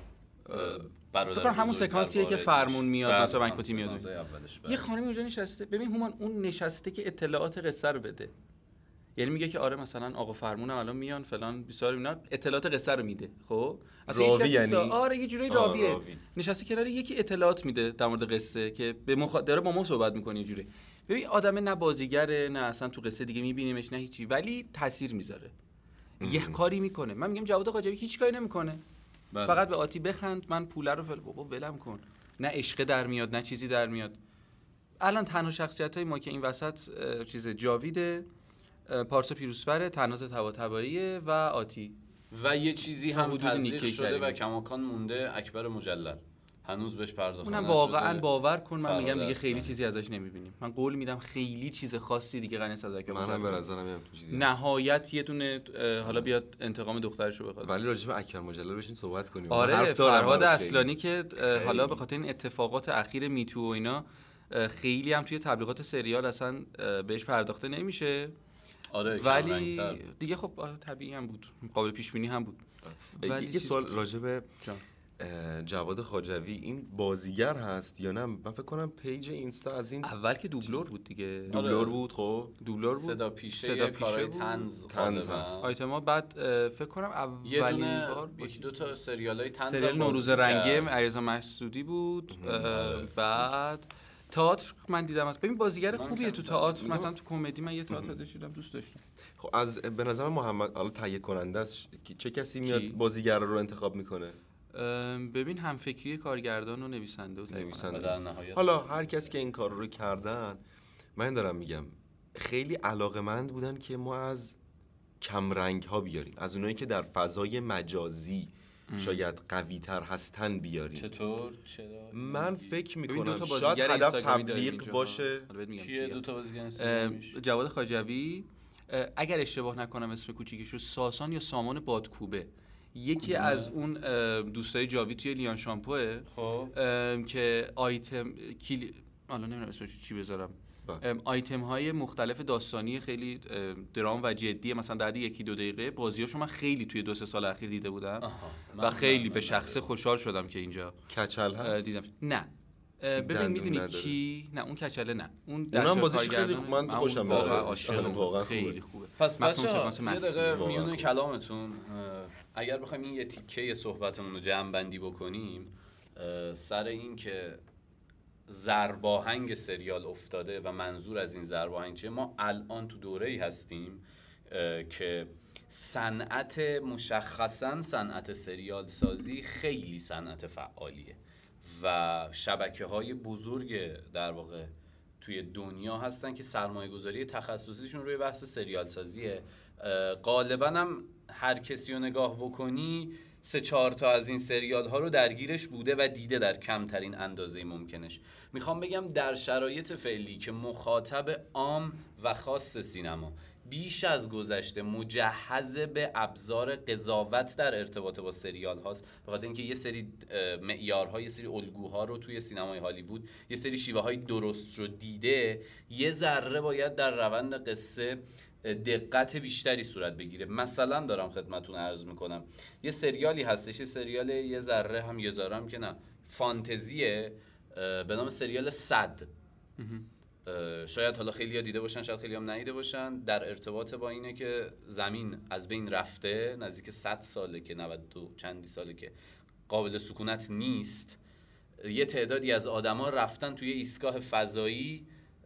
برادر فکر کنم همون سکانسیه که فرمون میاد مثلا بنکوتی میاد. یه خانمی اونجا نشسته. ببین هومان اون نشسته که اطلاعات قصه رو بده. یعنی میگه که آره مثلا آقا فرمونم الان میان فلان بیسار اینا، اطلاعات قصه رو میده. خب اصلا هیچ کسی یعنی... آره یه جوری راویه. نشسته کنار یکی اطلاعات میده در مورد قصه که به داره با ما صحبت میکنه یه جوری. ببین آدم نه بازیگره نه اصلا تو قصه دیگه میبینیمش نه هیچی، ولی تاثیر میذاره. یه کاری میکنه. من میگم جواد قاجوی هیچ کاری نمیکنه. فقط به آتی بخند، من پوله رو بابا ولم کن، نه عشق در میاد نه چیزی در میاد. الان تنها شخصیتای ما که این وسط چیز جاویده، پارسا پیروزفره، تناز طباطبایی و آتی، و یه چیزی هم تزریق شده و کماکان مونده، اکبر مجلل هنوز بهش پرداخته اونم واقعا باور کن من میگم دیگه خیلی چیزی ازش نمیبینیم. من قول میدم خیلی چیز خاصی دیگه غنی از اکبر مجلل. منم به نظرم میاد تو چیزی نهایت یه دونه حالا بیاد انتقام دخترشو بخواد. ولی راجع به اکبر مجلل بشین صحبت کنیم. آره فرهاد اصلانی که حالا به خاطر این اتفاقات اخیر میتو و اینا خیلی هم توی تبلیغات سریال اصلا بهش پرداخته نمیشه. آره ولی دیگه خب طبیعی هم بود، قابل پیش بینی هم بود. یه سوال راجع به جواد خواجوی، این بازیگر هست یا نه؟ من فکر کنم پیج اینستا از این اول که دوبلور بود دیگه. دوبلور بود. خب دوبلور بود، صدا پیشه کارهای طنز هست آیتما. بعد فکر کنم اولین بار یکی دو تا سریالای طنز، سریال نوروز رنگی علیرضا مسعودی بود. بعد تئاتر من دیدم. ببین بازیگر خوبیه تو تئاتر، مثلا تو کمدی من یه تئاتر دیدم دوست داشتم. خب از به نظر محمد حالا تهیه کننده است چه کسی میاد بازیگر رو انتخاب میکنه؟ ببین همفکری کارگردان و نویسنده در نهایت. حالا هر کس که این کار رو کردن، من دارم میگم خیلی علاقه‌مند بودن که ما از کم رنگ ها بیاریم، از اونایی که در فضای مجازی شاید قوی تر هستن بیاریم. چطور؟ من فکر میکنم شاید هدف تبلیغ باشه. کیه دو تا بازیگر؟ جواد خواجوی، اگر اشتباه نکنم اسم کوچیکشو ساسان یا سامان بادکوبه، یکی از اون دوستای جاوید توی لیان شامپوه. خب که آیتم حالا نمیدونم اسمش چی بذارم، آیتم های مختلف داستانی خیلی درام و جدیه، مثلا در 1-2 دقیقه بازیاشو من خیلی توی 2-3 سال اخیر دیده بودم و خیلی به شخصه خوشحال شدم که اینجا کچل هست دیدم. نه ببین میدونی کی؟ نه اون کچله نه، اونم بازیش خیلی خوب، من خوشم میاد، واقعا خیلی خوبه. پس بچه‌ها یه دقیقه میونه کلامتون اگر بخوایم این یه تیکه صحبتمون رو جمع بندی بکنیم سر این که ضرباهنگ سریال افتاده و منظور از این ضرباهنگ چیه، ما الان تو دوره‌ای هستیم که صنعت مشخصاً صنعت سریال سازی خیلی صنعت فعالیه و شبکه‌های بزرگ در واقع توی دنیا هستن که سرمایه‌گذاری تخصصیشون روی بحث سریال سازیه. غالباً هم هر کسی رو نگاه بکنی 3-4 تا از این سریال ها رو درگیرش بوده و دیده در کمترین اندازه ممکنش. میخوام بگم در شرایط فعلی که مخاطب عام و خاص سینما بیش از گذشته مجهز به ابزار قضاوت در ارتباط با سریال هاست، به خاطر اینکه یه سری معیارها، یه سری الگوها رو توی سینمای هالیوود، یه سری شیوه های درست رو دیده، یه ذره باید در روند قصه دقت بیشتری صورت بگیره. مثلا دارم خدمتون عرض میکنم یه سریالی هستش، یه سریال یه ذره هم یه ذره هم که نه فانتزیه به نام سریال صد. شاید حالا خیلی ها دیده باشن، شاید خیلی هم ندیده باشن. در ارتباط با اینه که زمین از بین رفته، نزدیک 100 ساله که 92 چندی ساله که قابل سکونت نیست، یه تعدادی از آدما رفتن توی ایستگاه فضایی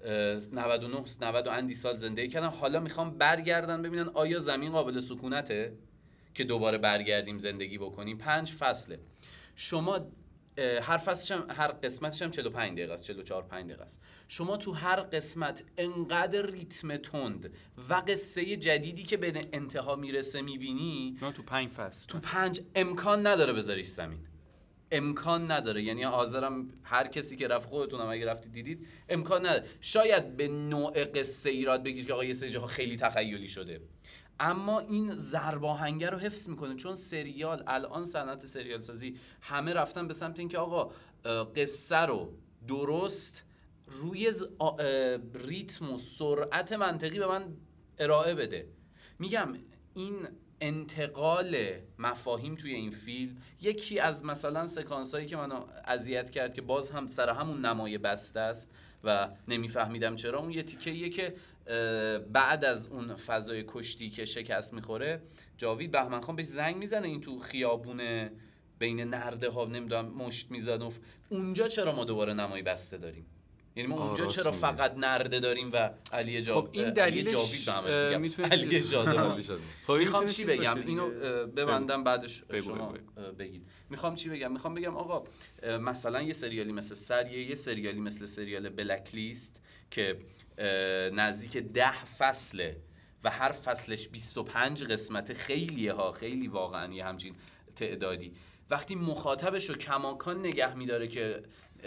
90 اندی سال زندگی کردن، حالا میخوام برگردن ببینن آیا زمین قابل سکونته که دوباره برگردیم زندگی بکنیم. 5 فصله. شما هر فصلش هم هر قسمتش هم 45 دقیقه است، 44-5 دقیقه است. شما تو هر قسمت انقدر ریتم تند و قصه جدیدی که به انتها میرسه میبینی. نه تو 5 فصل، تو 5 امکان نداره بذاریش زمین. امکان نداره. یعنی حاضرم هر کسی که رفت، خودتونم اگه رفتی دیدید، امکان نداره. شاید به نوع قصه ایراد بگیر که آقا یه سری جاها خیلی تخیلی شده، اما این ضرب آهنگر رو حفظ میکنه. چون سریال الان صنعت سریال سازی همه رفتن به سمت اینکه آقا قصه رو درست روی ریتم و سرعت منطقی به من ارائه بده. میگم این انتقال مفاهیم توی این فیلم یکی از مثلا سکانس هایی که منو اذیت کرد که باز هم سر همون نمای بسته است و نمیفهمیدم چرا، اون یه تیکه‌ایه که بعد از اون فضای کشتی که شکست میخوره، جاوید بهمن خان بهش زنگ میزنه این تو خیابون بین نرده ها نمیدونم مشت میزنه، اونجا چرا ما دوباره نمای بسته داریم؟ یعنی ما اونجا چرا فقط نرده داریم و علی خب این دلیلش جاوید بهمنش میگم علی جاده. خب میخوام چی بگم اینو ببندم بعدش شما بگید. میخوام چی بگم؟ میخوام بگم آقا مثلا یه سریالی مثل سریه، یه سریالی مثل سریال بلک لیست که نزدیک 10 فصله و هر فصلش 25 قسمت، خیلیه ها، خیلی واقعا یه همچین تعدادی. وقتی مخاطبش رو کماکان نگه میداره که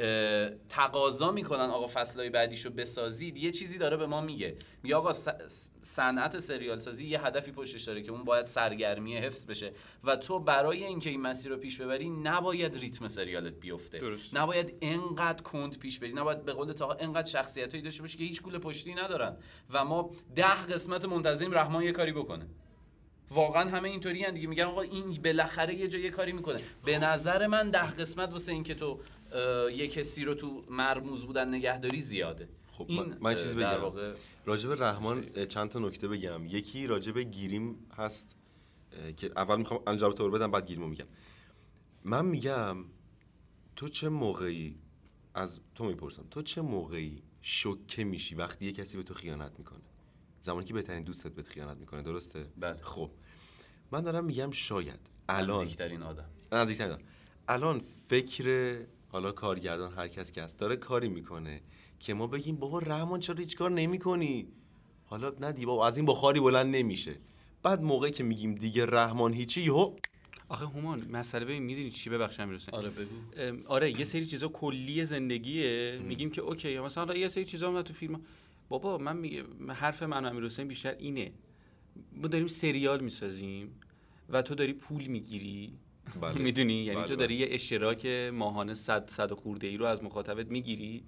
تقاضا میکنن آقا فصلهای بعدیشو بسازید، یه چیزی داره به ما میگه آقا صنعت سریال سازی یه هدفی پشتش داره که اون باید سرگرمی حفظ بشه و تو برای اینکه این مسیر رو پیش ببری نباید ریتم سریالت بیفته. درست. نباید انقدر کند پیش بری، نباید به قول طاها انقدر شخصیتایی داشته باشی که هیچ کوله پشتی ندارن و ما 10 قسمت منتظریم رحمان یه کاری بکنه. واقعا همه اینطوری ان دیگه، میگن آقا این بالاخره یه جای کاری میکنه. به نظر من 10 قسمت واسه اینکه تو یه کسی رو تو مرموز بودن نگهداری زیاده. خب این من چیز بگم واقع راجب رحمان چند تا نکته بگم. یکی راجب گیریم هست که اول میخوام انجام تو رو بدم بعد گیریمو میگم. من میگم تو چه موقعی از تو میپرسم تو چه موقعی شوکه میشی وقتی یه کسی به تو خیانت میکنه؟ زمانی که بهترین دوستت بهت خیانت میکنه، درسته؟ بله. خب من دارم میگم شاید الان نزدیکترین آدم الان فکر حالا کارگردان هر کس که هست داره کاری میکنه که ما بگیم بابا رحمان چرا هیچ کار نمی‌کنی؟ حالا ندی بابا از این بخاری بلند نمیشه. بعد موقعی که میگیم دیگه رحمان هیچی یهو آخه هومان مسئله ببین میدونی چی، ببخشید امیرحسین. آره بگو. آره یه سری چیزا کلی زندگیه میگیم که اوکی، مثلا یه سری چیزا هم تو فیلم بابا من میگم حرف من و امیرحسین بیشتر اینه، ما داریم سریال میسازیم و تو داری پول میگیری. بله. میدونی یعنی بله تو داری یه اشتراک ماهانه 100 خورده ای رو از مخاطبت میگیری،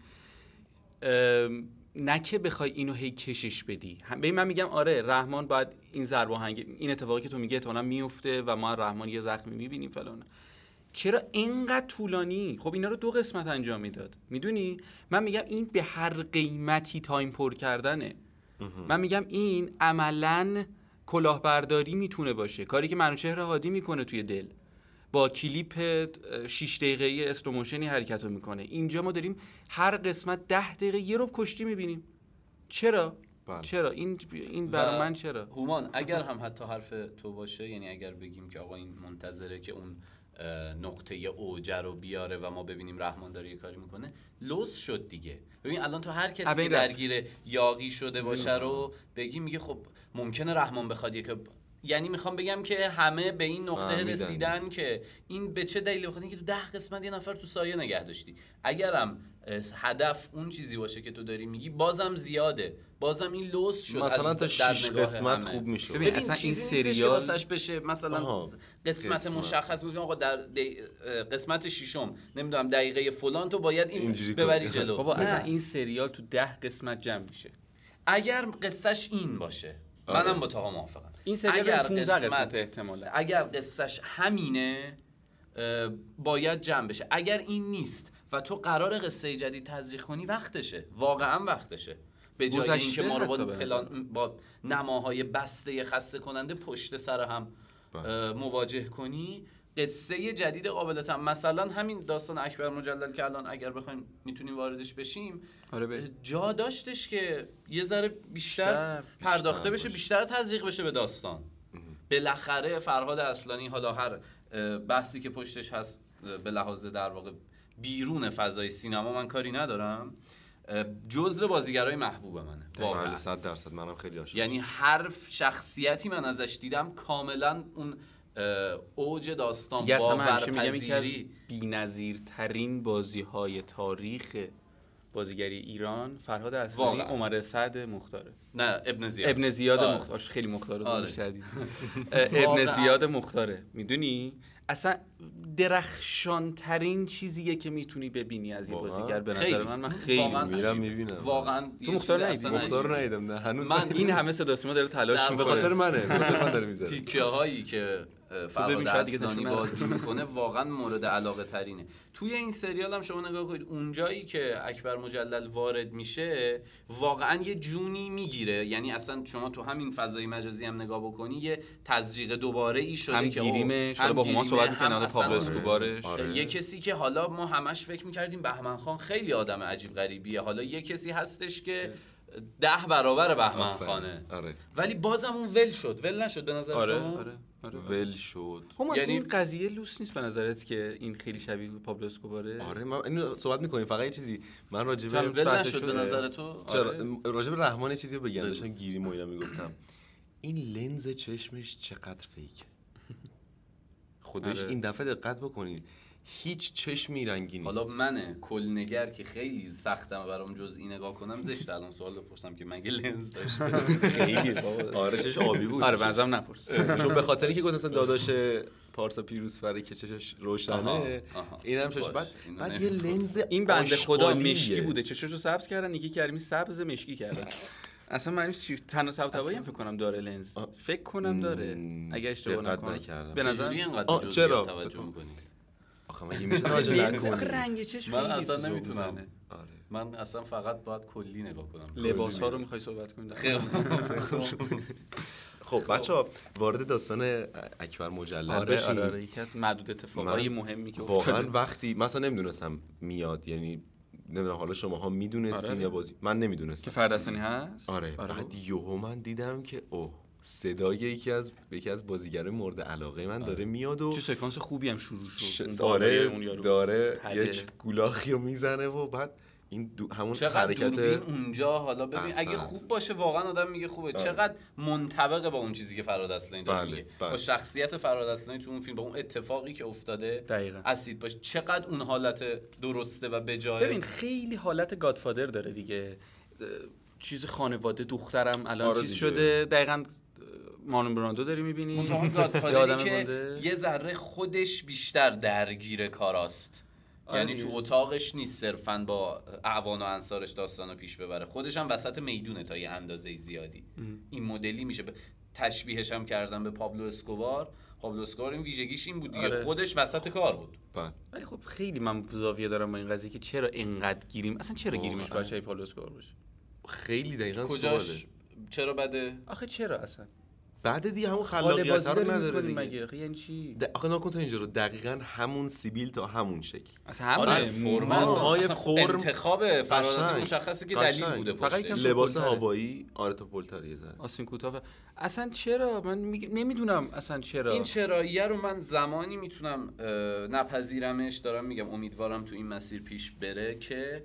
نه که بخوای اینو هی کشش بدی. ببین من میگم آره رحمان باید این ضربه آهنگ، این اتفاقی که تو میگه احتمالاً میفته و ما رحمان یه زخمی میبینیم فلان. چرا اینقدر طولانی؟ خب اینا رو 2 قسمت انجام میداد. میدونی من میگم این به هر قیمتی تایم پر کردنه. من میگم این عملاً کلاهبرداری میتونه باشه، کاری که منوچهر هادی میکنه توی دل با کلیپ 6 دقیقه‌ای استروموشنی حرکت رو میکنه. اینجا ما داریم هر قسمت 10 دقیقه یه ربع کشتی میبینیم. چرا؟ بله. چرا این برای من چرا؟ هومان اگر هم حتی حرف تو باشه، یعنی اگر بگیم که آقا این منتظره که اون نقطه اوج رو بیاره و ما ببینیم رحمان داره یه کاری میکنه، لوس شد دیگه. ببین الان تو هر کسی که درگیر یاغی شده باشه رو بگی میگه خب ممکنه رحمان بخواد یک، یعنی میخوام بگم که همه به این نقطه رسیدن که این به چه دلیلی بخاطر اینکه تو 10 قسمت یه نفر تو سایه نگه داشتی. اگرم هدف اون چیزی باشه که تو داری میگی بازم زیاده، بازم این لوس شد. مثلا تا 6 قسمت خوب میشه. ببین اصلا این سریال واسش بشه مثلا قسمت مشخص میگم آقا در قسمت 6م نمیدونم دقیقه فلان تو باید این ببری جلو. بابا اصلا این سریال تو 10 قسمت جمع میشه اگر قصهش این باشه. منم با تاها موافقم. این سریال 15 قسمت احتمالاً. اگر قصهش همینه باید جمع بشه. اگر این نیست و تو قرار قصه جدید تزریق کنی، وقتشه، واقعا وقتشه. به جای اینکه ما رو با نماهای بسته خسته کننده پشت سر هم مواجه کنی، قصه جدید قابل تام. مثلا همین داستان اکبر مجلل که الان اگر بخوایم میتونیم واردش بشیم، جا داشتش که یه ذره بیشتر پرداخته بشه، بیشتر تزریق بشه به داستان. بالاخره فرهاد اصلانی، حالا هر بحثی که پشتش هست به لحاظ در واقع بیرون فضای سینما من کاری ندارم، جزو بازیگرای محبوب منه واقعا. 100% منم خیلی عاشقم. یعنی هر شخصیتی من ازش دیدم کاملا اون اوج داستان، باورپذیری، بی‌نظیرترین بازی‌های تاریخ بازیگری ایران فرهاد اصفهانی، عمر سعد مختاره. نه ابن زیاد مختار. خیلی مختاره بیشتر دید. ابن زیاد مختاره. میدونی اصلا درخشان ترین چیزیه که میتونی ببینی از این بازیگر به نظر من خیلی میرم میبینم. واقعا تو مختار ندیدم نه هنوز. من این همه صدا سیما داره تلاش میکنه، به خاطر منه من داره میذاره. تیکه هایی که فرهاد اصلانی بازی میکنه واقعا مورد علاقه ترینه. توی این سریال هم شما نگاه کنید اونجایی که اکبر مجلل وارد میشه واقعا یه جونی میگیره، یعنی اصلا شما تو همین فضای مجازی هم نگاه بکنی یه تزریق دوباره ای شده که گیریمش با هما صحبت میکنه پابلو اسکوبارش. یه کسی که حالا ما همش فکر میکردیم بهمن خان خیلی آدم عجیب غریبیه، حالا یه کسی هستش که 10 برابر بهمن خانه. ولی بازم اون ول نشد به نظر شما؟ ول شد. یعنی این قضیه لوس نیست به نظرت که این خیلی شبیه پابلو اسکوباره؟ آره من اینو صحبت می‌کنیم. فقط یه چیزی من راجع به ول نشد به نظر تو؟ راجع به رحمان چیزی رو بگم، داشتم گیریم و اینا میگفتم. این لنز چشمش چقدر فیک خودش. این دفعه دقت بکنید هیچ چشمی رنگی نیست. حالا من کلنگر که خیلی سختم برام جزئی نگاه کنم زشت الان سوال بپرسم که مگه لنز داشته؟ خیلی آره چش آبی بود. آره بازم نپرس. چون به خاطر اینکه گفت مثلا داداش پارسا پیروزفره که چشش روشنه، اینم چش بعد یه لنز این بنده خدا مشکی بوده چششو سبز کردن، یکی کریمی سبز مشکی کردن. اصلا من چی تنها طباطبایی هم فکر کنم داره لنز، فکر کنم داره اگه اشتباه نکنم. به نظر اینقدر چرا توجه می‌کنید؟ آخه من میشه راجع نکنم. رنگ چشم من اصلا نمیتونم. من اصلا فقط باید کلی نگاه کنم. لباس‌ها رو می‌خوای صحبت کنید؟ خب بچه‌ها وارد داستان اکبر مجلل بشیم. آره یکی از معدود اتفاقای مهمی که افتاده. واقعا وقتی مثلا نمیدونستم میاد، یعنی نمیدونم حالا شماها میدونستین یا بازی من نمیدونستم که فرهاد اصلانی هست. آره بعد یهو من دیدم که اوه صدای یکی از بازیگرای مورد علاقه من داره میاد و چه سکانس خوبی هم شروع شد. آره داره یک گولاخی رو میزنه و بعد این همون حرکت دوربین اونجا حالا ببین اگه خوب باشه واقعا آدم میگه خوبه. چقدر منطبقه با اون چیزی که فرهاد اصلانی داره میگه، با شخصیت فرهاد اصلانی تو اون فیلم، با اون اتفاقی که افتاده اسید باشه، چقدر اون حالت درسته و بجایه. ببین خیلی حالت گادفادر داره دیگه، چیز خانواده دخترم الان چیز شده دقیقاً مارلون براندو داری می‌بینی. منتها گادفادری که یه ذره خودش بیشتر درگیر کاراست، یعنی تو اتاقش نیست صرفاً با اعوان و انصارش داستانو پیش ببره، خودش هم وسط میدونه تا یه اندازه زیادی. این مدلی میشه تشبیهش هم کردن به پابلو اسکوبار. پابلو اسکوبار این ویژگیش این بود دیگه، خودش وسط کار بود. ولی خب خیلی من زاویه دارم با این قضیه که چرا اینقدر گیریم، اصلا چرا گیریمش بچه‌ای پابلو اسکوبار باشه؟ خیلی دقیقاً کجاش چرا بده؟ آخه چرا اصلا بعد دیگه همون خلاقیت رو نداره دیگه مگه یعنی چی؟ آخه نکن تو اینجا رو دقیقاً همون سیبیل تا همون شکل اصلا همون فرم انتخاب فرهاد مشخصه که دلیل بوده فقط لباس هوایی تو پولتریه زن آستین کوتاه. اصلا چرا من نمیدونم اصلا چرا این چراییه رو من زمانی میتونم نپذیرمش، دارم میگم امیدوارم تو این مسیر پیش بره که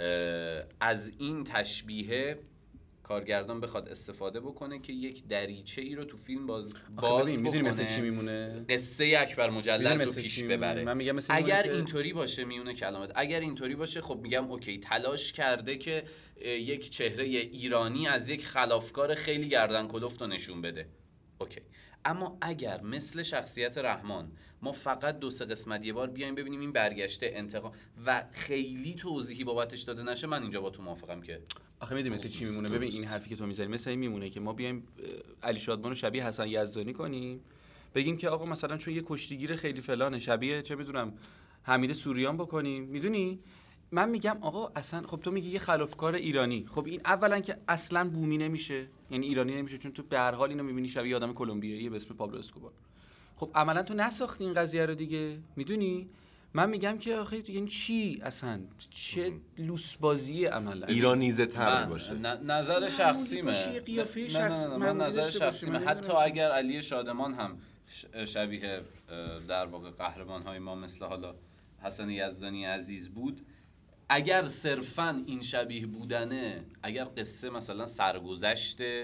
از این تشبیه کارگردان بخواد استفاده بکنه که یک دریچه ای رو تو فیلم باز میدونی مثل چی میمونه، قصه اکبر مجلل رو پیش ببره. من میگم اگر اینطوری باشه میونه کلامت، اگر اینطوری باشه خب میگم اوکی، تلاش کرده که یک چهره ایرانی از یک خلافکار خیلی گردن کلفت رو نشون بده، اوکی. اما اگر مثل شخصیت رحمان ما فقط 2-3 قسمت یه بار بیایم ببینیم این برگشته انتقام و خیلی توضیحی بابتش داده نشه، من اینجا با تو موافقم که آخه میدونی مثل چی میمونه. ببین این حرفی که تو میزنی مثل این میمونه که ما بیایم علی شادمان رو شبیه حسن یزدانی کنیم، بگیم که آقا مثلا چون یه کشتیگیر خیلی فلانه شبیه چه بدونم حمید سوریان بکنیم. میدونی من میگم آقا اصلا خب تو میگی یه خلافکار ایرانی، خب این اولا که اصلا بومی نمیشه، یعنی ایرانی نمیشه، چون تو به هر حال اینو میبینی شبیه آدم کلمبیایی به اسم پابلو اسکوبار. خب عملا تو نساختی این قضیه رو دیگه. میدونی من میگم که آخه یعنی چی اصلا، چه لوس بازیه عملا ایرانیزه تر باشه. نظر شخصیمه، من نظر شخصیمه. حتی اگر علی شادمان هم شبیه در واقع قهرمان‌های ما مثل حالا حسن یزدانی عزیز بود، اگر صرفاً این شبیه بودنه، اگر قصه مثلا سرگذشت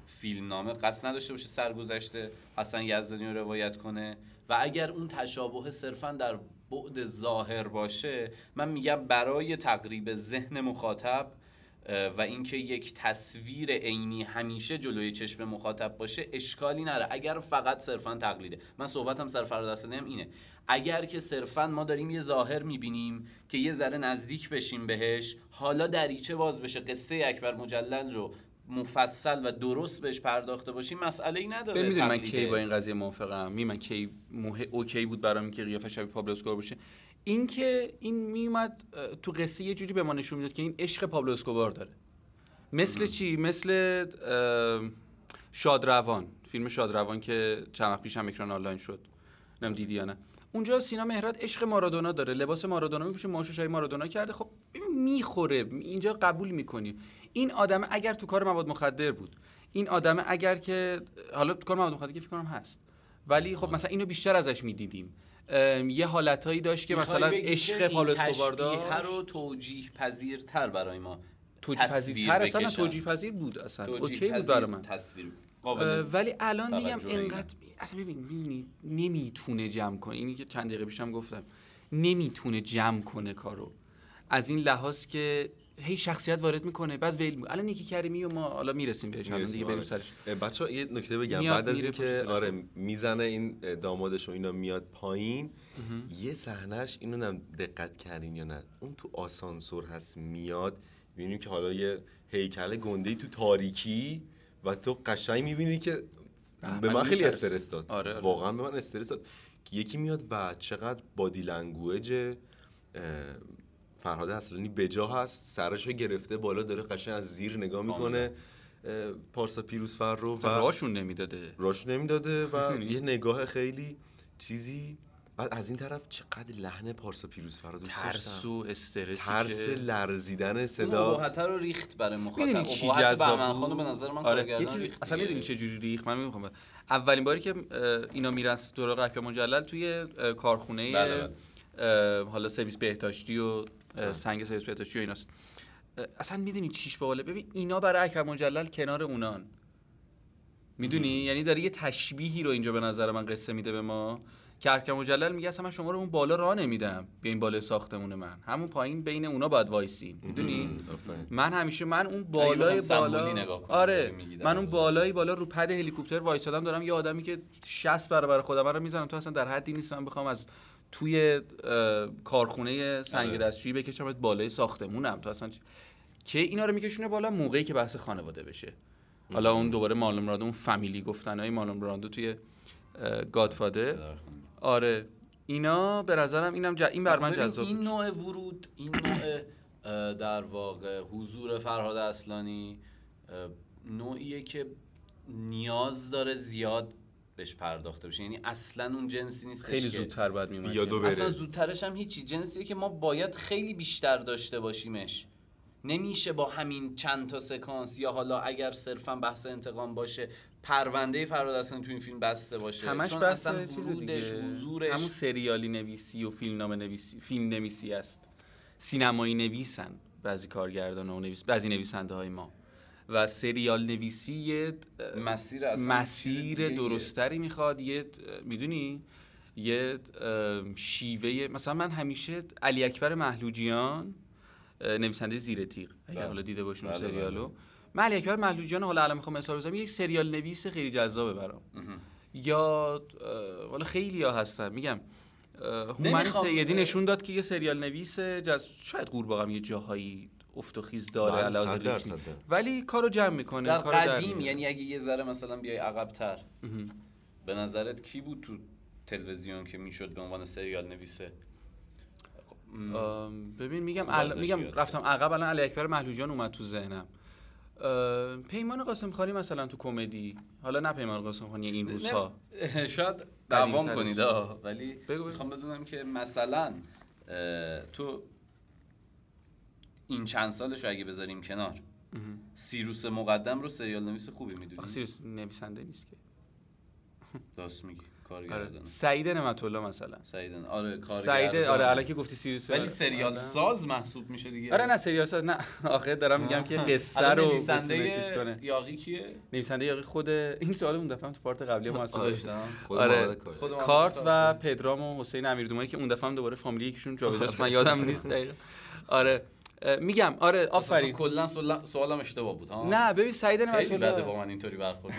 فیلمنامه قصد نداشته باشه سرگذشت حسن یزدانی رو روایت کنه و اگر اون تشابه صرفاً در بعد ظاهر باشه، من میگم برای تقریب ذهن مخاطب و اینکه یک تصویر عینی همیشه جلوی چشم مخاطب باشه اشکالی نداره. اگر فقط صرفاً تقلیده، من صحبتم سر فرهاد اصلانی هم اینه، اگر که صرفاً ما داریم یه ظاهر میبینیم که یه ذره نزدیک بشیم بهش، حالا دریچه باز بشه قصه اکبر مجلل رو مفصل و درست بهش پرداخته باشیم، مسئله ای نداره. میدونی من کی با این قضیه موافقم؟ من کی اوکی بود برام اینکه قیافه شبیه پابلو اسکوبار باشه. اینکه این میومد تو قصه یه جوری به ما نشون میداد که این عشق پابلو اسکوبار داره. مثل چی؟ مثل شادروان، فیلم شادروان که چند وقت پیش هم اکران آنلاین شد، نم دیدی یا نه؟ اونجا سینا مهراد عشق مارادونا داره، لباس مارادونا میپوشه، ماشو شای مارادونا کرده. خب میخوره، اینجا قبول میکنی. این آدم اگر تو کار مواد مخدر بود، این آدم اگر که حالا تو کار مواد مخدر که فکر کنم هست، ولی خب مثلا اینو بیشتر ازش میدیدیم. یه حالتایی داشت که مثلا عشق پابلو اسکوبار داشت، هر رو توجیه پذیرتر برای ما توجیه پذیرتر، اصلا توجیه پذیر بود، اصلا اوکی بود برای من تصویر. ولی الان میگم اینقدر اصلا ببین نمیتونه جمع کنه. اینی که چند دقیقه پیشم گفتم، نمیتونه جمع کنه کارو، از این لحاظ که هی شخصیت وارد میکنه بعد ویل میکنه. الان نیکی کریمی و ما حالا میرسیم بهش، الان دیگه بریم سرش. بچه‌ها یه نکته بگم، بعد از اینکه آره میزنه این دامادش و اینا میاد پایین، یه صحنهش اینو هم دقت کردین یا نه؟ اون تو آسانسور هست میاد، میبینیم که حالا یه هیکل گنده‌ای تو تاریکی و تو قشنگ میبینی که به من خیلی استرس داد. آره. واقعا به من استرس داد که یکی میاد و چقدر بادی لنگویج فرهاد اصلانی بجا هست، سرشو گرفته بالا، داره قشنگ از زیر نگاه میکنه پارسا پیروزفر رو و راشون نمیداده و یه نگاه خیلی چیزی. بعد از این طرف چقدر لحن پارسا پیروزفر رو دوست داشتم، ترس و استرسی، ترس لرزیدن صدا، ابهت رو ریخت برای مخاطب. میدونی چی جذاب بود؟ به نظر من آره. یه چیزی اصلا میدونی چه جوری ریخت؟ من میخوام اولین باری که اینا میرن دور اکبر مجلل توی کارخونه حالا سرویس بهداشتی و سنگ سرویس بهداشتی و ایناست، اصلا میدونی چیش باحاله؟ ببین اینا برای اکبر مجلل کنار اونان، میدونی؟ یعنی داره یه تشبیهی رو اینجا به نظر من قصه میده به ما که اکبر مجلل میگه اصلا من شما رو اون بالا راه نمیدم، بیاین بالا ساختمون من، همون پایین بین اونا باید وایسین، میدونی؟ من همیشه اون بالای بالا، آره من اون بالای بالا رو پد هلیکوپتر وایسادم، دارم یه آدمی که 60 برابر خودم رو میزنم، تو اصلا در حدی نیست من بخوام از توی کارخونه سنگ دستشویی بکشم بالای ساختمونم، تو اصلا که اینا رو میکشونه بالا موقعی که بحث خانواده بشه. حالا اون دوباره مارلون براندو، اون فامیلی گفتنای مارلون براندو توی گادفادر، آره اینا به نظرم این بر من جذاب بود. این نوع ورود، این نوع در واقع حضور فرهاد اصلانی نوعیه که نیاز داره زیاد بهش پرداخته بشه، یعنی اصلا اون جنسی نیستش خیلی زودتر بعد میومد، اصلا زودترش هم هیچی، جنسیه که ما باید خیلی بیشتر داشته باشیمش. نمیشه با همین چند تا سکانس یا حالا اگر صرفا بحث انتقام باشه پرونده فرهاد اصلانی تو این فیلم بسته باشه، همش چون بحث اصلا چیز دیگه، حضورش همون سریالی نویسی و فیلم نویسی است، سینمایی نویسن بعضی کارگردان و بعضی نویسنده های ما، و سریال نویسی یه مسیر درستری میخواد، یه میدونی یه شیوه. مثلا من همیشه علی اکبر محلوجیان، نویسنده زیر تیغ، اگه حالا دیده باشین سریالو، من علی اکبر محلوجیان حالا الان میخوام مثال بزنم، یک سریال نویس خیلی جذابه برام. یا حالا خیلی ها هستن، میگم هومن سیدی نشون داد که یه سریال نویس شاید قورباغه یه جاهایی افت و خیز داره علاوه ریتمی، ولی کارو جمع میکنه. در قدیم یعنی اگه یه ذره مثلا بیای عقب‌تر، به نظرت کی بود تو تلویزیون که میشد به عنوان سریال نویسه؟ ببین میگم رفتم عقب، الان علی اکبر محلوجیان اومد تو ذهنم. پیمان قاسمخانی مثلا تو کمدی، حالا نه پیمان قاسمخانی این روزها شاید دوام کنید ولی میخوام بدونم که مثلا تو این چند سالش رو اگه بذاریم کنار، سیروس مقدم رو سریال نویس خوبی میدونی؟ سیروس نویسنده نیست که. درست میگی، کارگردان سعید نعمت الله مثلا. آره کارگردان. سعید آره الان که گفتی سیریوس ولی سریال ساز محسوب میشه دیگه. آره نه سریال ساز نه آخه دارم میگم که قصه رو نویسنده چیز کنه. یاغی کیه؟ نویسنده یاغی خود این سوال اون دفعه تو پارت قبلی ما اصلا داشتم. آره کارت و پدرام و حسین امیردومانی که اون دفعه هم دوباره فامیلی یکیشون جابجاست من یادم نیست دقیقاً. آره میگم آره آفرین. کلا سوالم اشتباه بود ها. نه ببین سعید نعمت الله بده با من اینطوری برخورد.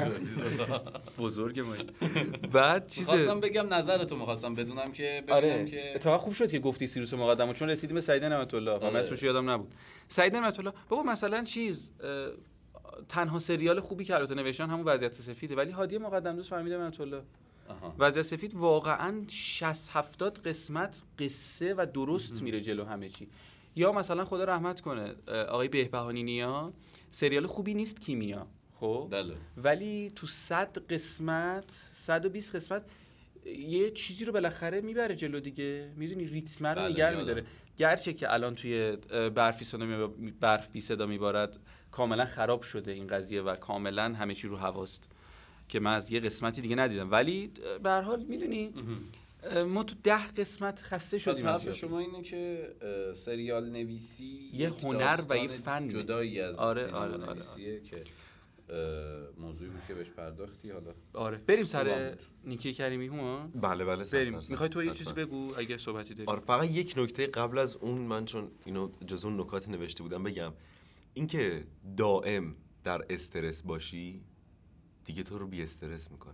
بزرگ ما. بعد چیزه خواستم بگم نظرتو می‌خواستم بدونم که ببینم که اتفاقا خوب شد که گفتی سیروس مقدمو چون رسیدیم به سعید نعمت الله و اسمش یادم نبود. سعید نعمت الله بابا مثلا چیز تنها سریال خوبی که البته نوشتن همون وضعیت سفیده ولی هادی مقدم دوست فهمیده نعمت الله. وضعیت سفید واقعا 60-70 قسمت قصه و درست میره جلو همه چی. یا مثلا خدا رحمت کنه آقای بهبهانی نیا سریال خوبی نیست کیمیا خب بله. ولی تو 100 قسمت 120 قسمت یه چیزی رو بالاخره میبره جلو دیگه میدونی ریتم رو نگه میداره. گرچه که الان توی برف بی صدا میبارد کاملا خراب شده این قضیه و کاملا همه چی رو هواست که من از یه قسمتی دیگه ندیدم ولی به هر حال میدونی ما تو 10 قسمت خسته شدیم. حرف شما اینه که سریال نویسی یه هنر و یه فن جدایی از سینما نویسیه که موضوعی بود که بهش پرداختی. حالا آره بریم سر نیکی کریمی هومان. بله بریم. میخوای تو یه چیزی بگو اگه صحبتی داری؟ آره فقط یک نکته قبل از اون من چون اینو جزو اون نکات نوشته بودم بگم اینکه دائم در استرس باشی دیگه تو رو بی استرس میکنه.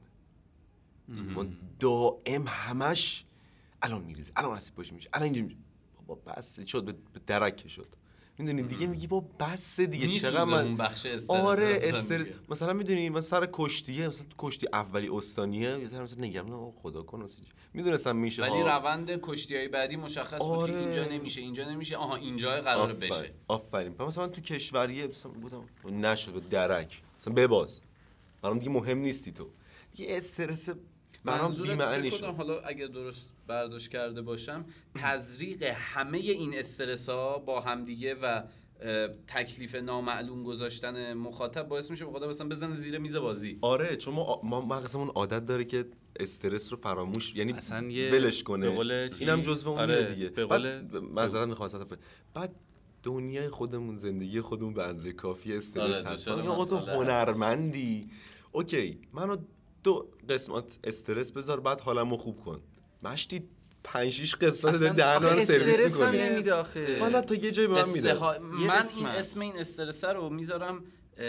من دائم همش الان میریزه الان اسید پاشی میشه الان اینجوری میشه بابا بس شد به درک شد میدونی دیگه میگی بابا بس دیگه چقدر من اون بخش استرس آره استرس مثلا میدونی من سر کشتیه مثلا کشتی اولی استانیه یه ذره مثلا نگم خدا کنه میدونستم میشه ولی روند کشتیای بعدی مشخص بود که اینجا نمیشه آها اینجا قراره بشه. آفرین مثلا تو کشوریه مثلا بودم نشد به درک مثلا بباز برام دیگه مهم نیستی تو دیگه استرس برام بی‌معنی شد. حالا اگه درست برداشت کرده باشم تزریق همه این استرس‌ها با همدیگه و تکلیف نامعلوم گذاشتن مخاطب باعث میشه مخاطب مثلا بزنه زیر میز بازی. آره چون ما مغزمون عادت داره که استرس رو فراموش یعنی ولش کنه. اینم جزء اون دیگه. معذرت می‌خوام بعد دنیای خودمون زندگی خودمون به اندازه کافی استرس هست. آقا تو هنرمندی اوکی منو 2 قسمت استرس بذار بعد حالمو خوب کن. مشتی 5-6 قسمت داری دهنم سرویس می‌کنی. نمیده آخه. والا تا یه جای به من میده. من این اسم این استرس رو میذارم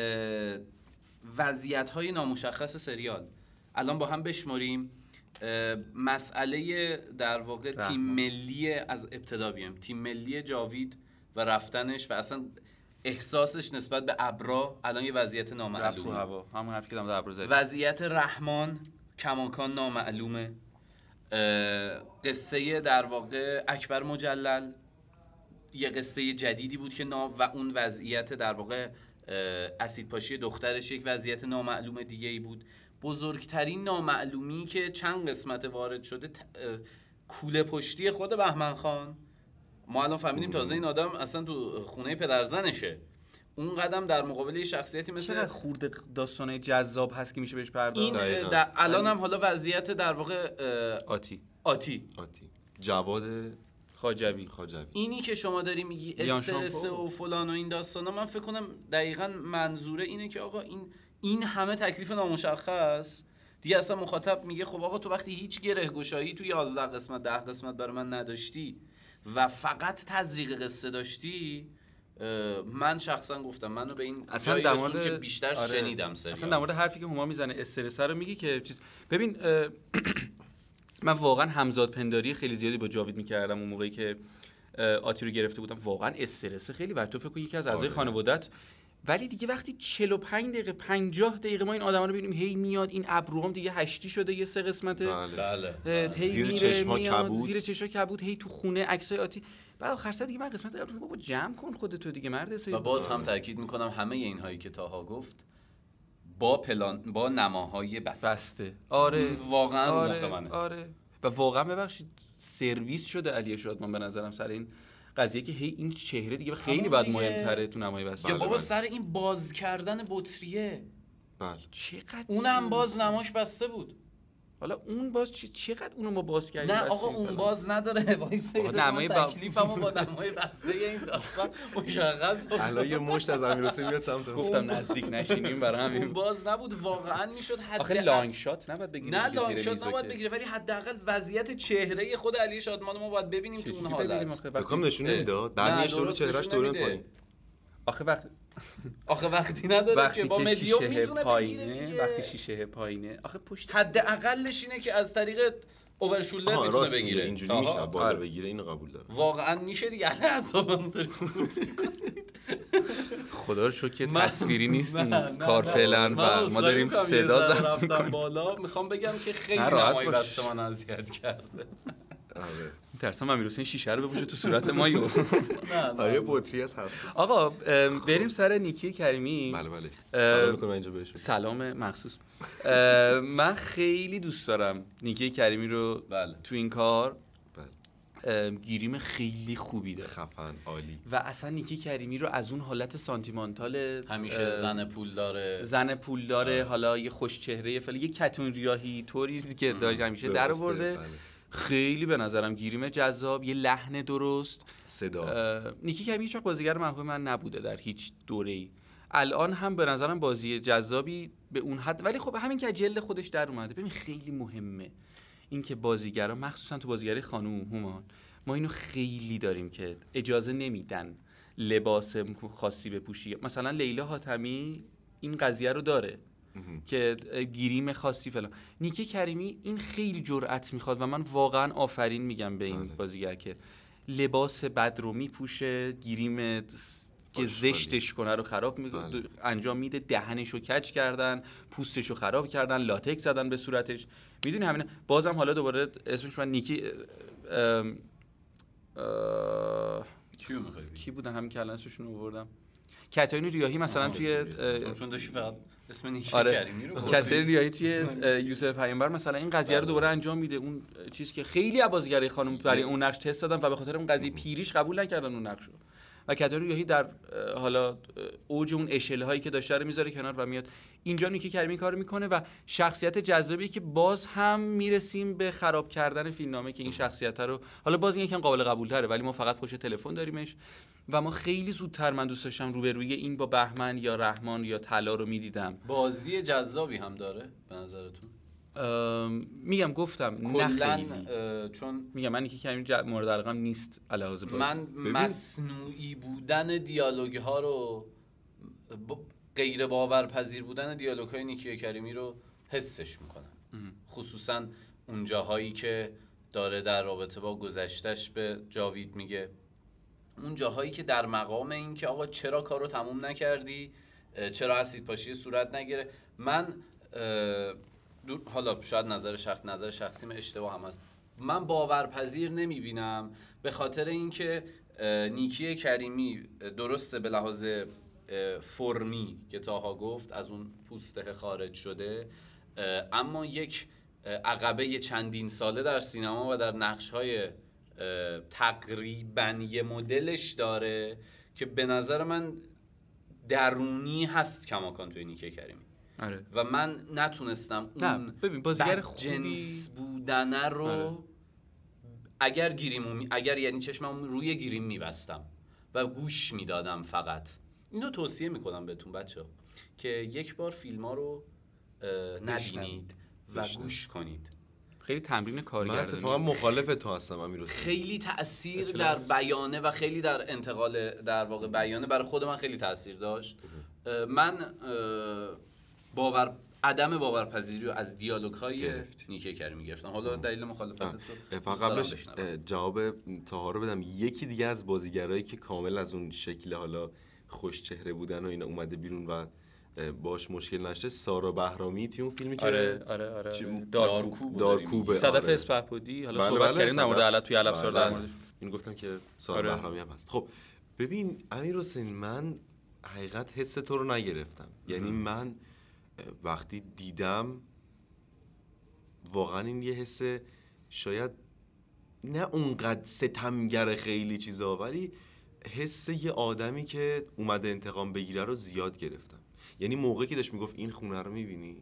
وضعیت‌های نامشخص سریال. الان با هم بشماریم مسئله در واقع تیم ملی از ابتدا بیام. تیم ملی جاوید و رفتنش و اصلا احساسش نسبت به ابرا الان یه وضعیت نامعلومه. هوا همون حرفی که دارم ابرا زدی. وضعیت رحمان کماکان نامعلومه. قصه در واقع اکبر مجلل یه قصه جدیدی بود که و اون وضعیت در واقع اسیدپاشی دخترش یک وضعیت نامعلوم دیگه ای بود. بزرگترین نامعلومی که چند قسمت وارد شده کوله پشتی خود بهمن خان. ما الان فهمیدیم تازه این آدم اصلا تو خونه پدرزنشه. اون قدم در مقابل شخصیتی مثل چقدر خورده داستانه جذاب هست که میشه بهش پرداخت. الان هم حالا وضعیت در واقع آتی جواد خاجوی اینی که شما داری میگی استرس و فلان و این داستانا من فکر کنم دقیقاً منظوره اینه که آقا این همه تکلیف نامشخص دیگه اصلا مخاطب میگه خب آقا تو وقتی هیچ گره گشایی تو 11 قسمت 10 قسمت برای من نداشتی و فقط تزریق قصه داشتی من شخصا گفتم منو به این اصلا در مورد که بیشتر شنیدم سریال. اصلا در مورد حرفی که هما میزنه استرس رو میگی که چیز ببین من واقعا همزاد پنداری خیلی زیادی با جاوید میکردم اون موقعی که آتی رو گرفته بودم واقعا استرس خیلی بر تو فکر کن یکی از اعضای خانواده‌ات ولی دیگه وقتی 45 دقیقه 50 دقیقه ما این آدما رو ببینیم هی میاد این ابروام دیگه هشتی شده یه 3 قسمته بله زیر چشما کبود زیر چشما کبود هی تو خونه عکسای آتی بعد آخر سر دیگه من قسمت قبل بابا جمع کن خودتو دیگه مرد و باز هم تاکید میکنم همه اینهایی که تاها گفت با نماهای بسته. آره واقعا مخمنه. آره و واقعا ببخشید سرویس شده علی شادمان به نظرم سر این قضیه که هی این چهره دیگه خیلی بعد مهم‌تره تو نمای بسته. یا بابا سر این باز کردن بطریه بله چقدر اونم باز نماش بسته بود حالا اون باز چقدر اونو ما باز کردیم؟ نه آقا اون باز نداره. وایسا نمای تکلیفمو با نمای بسته این داستان مشخص. الان یه مشت از امیرحسین میاد سمت گفتم نزدیک نشینیم برای همین. اون باز نبود واقعا میشد حد آخه لانگ شات نباید بگیره. نه لانگ شات نباید بگیره، ولی حداقل وضعیت چهره خود علی شادمان ما باید ببینیم تو اون حالت. فکر کنم نشون نمیداد. برمیگشت رو چهرهش دوران پایین. آخه وقتی نداره که با مدیوم میتونه بگیره دیگه. وقتی شیشه پایینه آخه پشت حداقلش اینه که از طریق اوورشولدر میتونه بگیره. اینجوری میشه بالا بگیره، اینو قبول دارم. واقعا میشه دیگه. الان اعصابم داره خدا رو شکر که تصویری نیستیم کار فعلا و ما داریم صدا ضبط می‌کنیم بالا. میخوام بگم که خیلی نمای بسته من اذیت کرده. ترسم امیرحسین شیشه رو بپوشه تو صورت ما یو. آره بطری از هست. آقا بریم سر نیکی کریمی. بله سلام می‌کنم اینجا بهش. سلام مخصوص. من خیلی دوست دارم نیکی کریمی رو تو این کار. گیریم خیلی خوبی داره، خفن، عالی. و اصلا نیکی کریمی رو از اون حالت سانتیمانتال همیشه زن پول داره حالا یه خوش چهره فعلا یه کتون ریاهی طوری که داره همیشه در آورده. خیلی به نظرم گیریم جذاب، یه لحن درست، صدا. نیکی کریمی هیچ وقت بازیگر محبوب من نبوده در هیچ دوره‌ای. الان هم به نظرم بازی جذابی به اون حد، ولی خب همین که جلد خودش در اومده. ببین خیلی مهمه این که بازیگرا مخصوصا تو بازیگری خانوم هومان ما اینو خیلی داریم که اجازه نمیدن لباس خاصی بپوشی. مثلا لیلا حاتمی این قضیه رو داره که گیریم خاصی فلان. نیکی کریمی این خیلی جرأت میخواد و من واقعا آفرین میگم به این بازیگر که لباس بد رو میپوشه، گیریم که زشتش کنه رو خراب انجام میده، دهنش رو کج کردن، پوستش رو خراب کردن، لاتکس زدن به صورتش. میدونی همین. بازم حالا دوباره اسمش من نیکی کی بودن همین که الان اسمشون رو آوردم، کاترین ریاهی مثلا توی چون داشتی فقط اسم نیکی کریمی رو کاترین ریاهی توی یوسف پیامبر مثلا این قضیه رو دوباره انجام میده. اون چیزی که خیلی از بازیگرای خانم برای اون نقش تست دادن و به خاطر اون قضیه پیریش قبول نکردن اون نقش رو. و کاترین ریاهی در حالا اوج اون اشل هایی که داشته رو میذاره کنار و میاد اینجا نیکی کریمی کارو میکنه و شخصیت جذابی که باز هم میرسیم به خراب کردن فیلمنامه که این شخصیت رو حالا باز یکم قابل قبول تره ولی ما فقط پشت تلفن داریمش و ما خیلی زودتر من دوست داشتم روبروی این با بهمن یا رحمان یا طلا رو میدیدم. بازی جذابی هم داره به نظرتون؟ میگم گفتم نه خیلی چون میگم من نیکی کریمی مورد علاقم نیست علاوه بر من مصنوعی بودن دیالوگ ها رو غیر باورپذیر بودن دیالوگ های نیکی کریمی رو حسش میکنم. خصوصا اون جاهایی که داره در رابطه با گذشتش به جاوید میگه، اون جاهایی که در مقام این که آقا چرا کارو تموم نکردی، چرا اسید پاشی صورت نگیره. من حالا شاید نظر شخصیم اشتباه هم هست، من باورپذیر نمیبینم به خاطر اینکه نیکی کریمی درسته به لحاظ فرمی که تاها گفت از اون پوسته خارج شده، اما یک عقبه چندین ساله در سینما و در نقش‌های تقریباً یه مدلش داره که به نظر من درونی هست کماکان توی نیکی کریمی. آره. و من نتونستم اون بازیگر جنس بودنه رو اگر یعنی چشمم روی گیریم میبستم و گوش میدادم فقط. اینو توصیه میکنم بهتون بچه ها که یک بار فیلم ها رو نبینید و گوش کنید. خیلی تمرین کارگردانی. من اتفاقا مخالف تو هستم امیرحسین. خیلی تأثیر در بیانه و خیلی در انتقال در واقع بیانه برای خود من خیلی تأثیر داشت. من عدم باورپذیری رو از دیالوگ‌های نیکی کریمی گرفتم. حالا دلیل مخالفتت شد. فقط قبلش جواب تاها رو بدم. یکی دیگه از بازیگرایی که کامل از اون شکل حالا خوش چهره بودن و اینا اومده بیرون و باش مشکل نشه، سارا بهرامی توی اون فیلمی که آره دارکوب صدف اسپهبدی حالا صحبت کردیم در مورد علت توی علفزار در موردش. این گفتم که سارا بهرامی هم هست. خب ببین امیرحسین، من حقیقت حس تو رو نگرفتم. یعنی من وقتی دیدم واقعا این یه حس شاید نه اونقدر ستمگر خیلی چیزا، ولی حس یه آدمی که اومده انتقام بگیره رو زیاد گرفتم. یعنی موقعی که داشت میگفت این خونه رو میبینی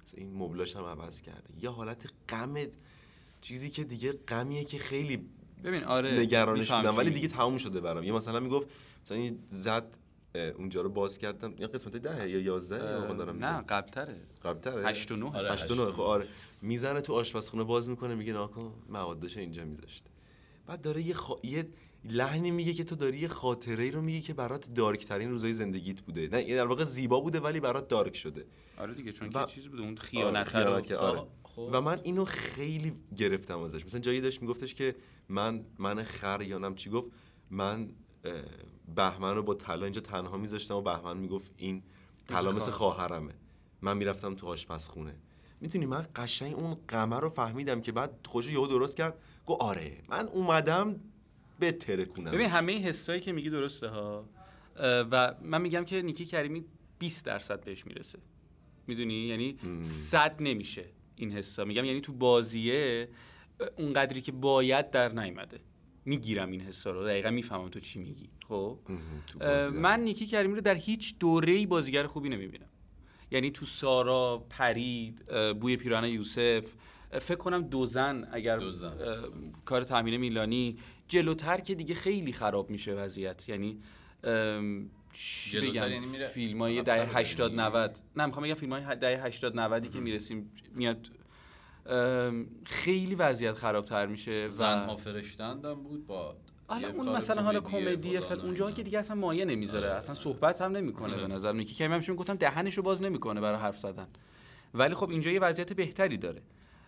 این مبلاش هم عوض کرده، یه حالت غم، چیزی که دیگه غمیه که خیلی ببین آره نگرانش بودم ولی دیگه تموم شده برام. یه مثلا میگفت مثلا این زد اونجا رو باز کردم، یا قسمت 10 یا 11 یا دارم نه قبل‌تره 8 و 9 8 و 9 خب آره میزنه تو آشپزخونه باز میکنه میگه ناکن موادش اینجا میذاشته. بعد داره یه لحنی میگه که تو داری یه خاطره‌ای رو میگی که برات دارک ترین روزای زندگیت بوده، نه در واقع زیبا بوده ولی برات دارک شده. آره دیگه چون که چیز بوده اون خیانت رو. آره. و من اینو خیلی گرفتم ازش. مثلا جایی داشت میگفتش که من خر یا نم چی گفت، من بهمن رو با طلا اینجا تنها میذاشتم و بهمن میگفت این طلا مثل خواهرمه. من میرفتم تو آشپزخونه. میتونی من قشنگ اون قمه رو فهمیدم که بعد خوشو یهو درست کرد گفت آره من اومدم بهتره کنم. ببین همه این حسایی که میگی درسته ها و من میگم که نیکی کریمی 20% بهش میرسه، میدونی یعنی 100 نمیشه این حسا. میگم یعنی تو بازیه اون قدری که باید در نیامده. میگیرم این حسا رو، دقیقاً میفهمم تو چی میگی. خب من نیکی کریمی رو در هیچ دوره‌ای بازیگر خوبی نمیبینم. یعنی تو سارا، پرید، بوی پیراهن یوسف، فکر کنم دوزن اگر کار تامین میلانی جلوتر که دیگه خیلی خراب میشه وضعیت. یعنی چی بگم یعنی فیلمای دهه 80 90 نه میخوام بگم فیلمای دهه 80 90 که میرسیم میاد خیلی وضعیت خرابتر میشه. زنها فرشتندم بود با حالا اون مثلا حالا کمدی اونجا که دیگه اصلا مایه نمیذاره، اصلا صحبت هم نمیکنه. به نظر نیکی که همشون گفتم دهنشو باز نمیکنه برای حرف زدن، ولی خب اینجا یه وضعیت بهتری داره.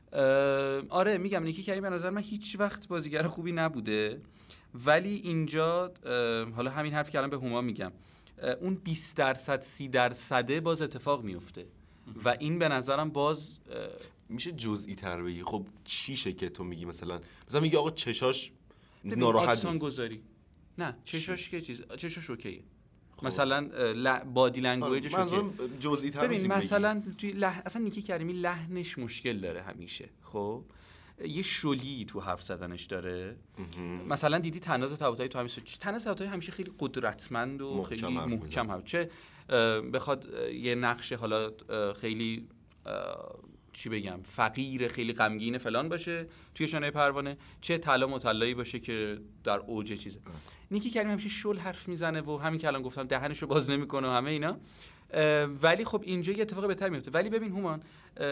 آره میگم نیکی کریم به نظر من هیچ وقت بازیگر خوبی نبوده، ولی اینجا حالا همین حرف که الان به هما میگم اون 20% 30% باز اتفاق میفته و این به نظرم باز میشه جزئی تر بگی. خب چیشه که تو میگی مثلا میگی آقا چشاش ناراحت نیست گذاری نه چشاش که چشاش اوکیه. خب. مثلا بادی لنگویجش اوکیه. جزئی تر ببین مثلا توی اصلا نیکی کریمی لحنش مشکل داره همیشه. خب یه شلی تو حرف زدنش داره. مثلا دیدی تناز طباطبایی تو همیشه تناز طباطبایی همیشه خیلی قدرتمند و خیلی محکم هم چه بخواد یه نقش حالا خیلی چی بگم فقیر خیلی غمگین فلان باشه توی شانه پروانه، چه طلا مطلایی باشه که در اوج چیزه. نیکی کریمی همیشه شل حرف میزنه و همین که الان گفتم دهنشو باز نمیکنه و همه اینا، ولی خب اینجا یه اتفاق بهتر میفته. ولی ببین هومان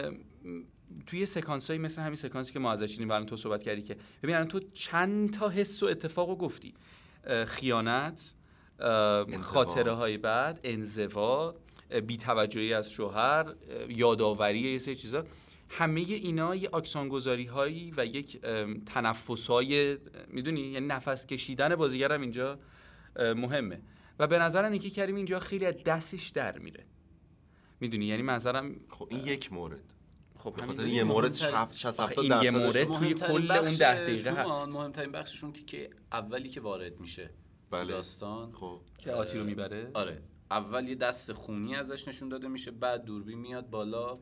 توی سکانسایی مثل همین سکانسی که ما ازش دیدیم الان تو صحبت کردی که ببین الان تو چند تا حس و اتفاقو گفتی، خیانت، خاطره های بد، انزوا، بی‌توجهی از شوهر، یادآوری یه سری چیزا، همه اینا یه آکسانگذاری هایی و یک تنفس‌های میدونی یعنی نفس کشیدن بازیگرم اینجا مهمه و به نظر نیکی کریم اینجا خیلی از دستش در میره، میدونی یعنی منظرم. خب این یک مورد، خب همین یه مورد 60-70% این یه مورد توی کل اون 10 دقیقه هست. مهمترین بخششون تیکه اولی که وارد میشه داستان، خب که آتی رو میبره. آره اول یه دست خونی ازش نشون داده میشه، بعد دوربین میاد بالا،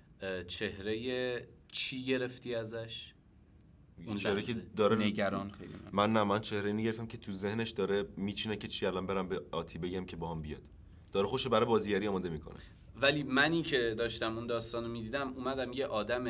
چهره چی گرفتی ازش؟ اون چهره که داره نگران خیلی من چهره نگرفتم که تو ذهنش داره میچینه که چی الان برم به آتی بگم که با هم بیاد، داره خوشو برای بازیگری آماده میکنه. ولی منی که داشتم اون داستانو میدیدم اومدم یه آدم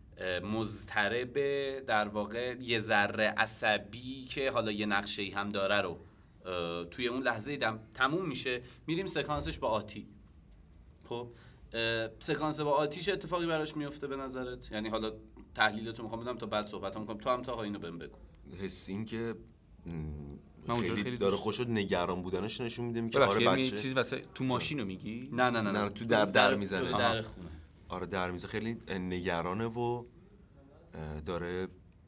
مضطرب در واقع یه ذره عصبی که حالا یه نقشه‌ای هم داره رو توی اون لحظه دیدم. تموم میشه میریم سکانسش با آتی. خب سکانس با آتی چه اتفاقی براش میفته به نظرت؟ یعنی حالا تحلیلتو میخوام بدم تا بعد صحبتام کنم، تو هم تا اینو بهم بگو. حس این که خیلی داره خوشو نگران بودنش نشون میده که آره بچه چیز واسه تو ماشینو میگی؟ نه تو در میزنه، در خونه. آره در میزنه، خیلی نگرانه و داره.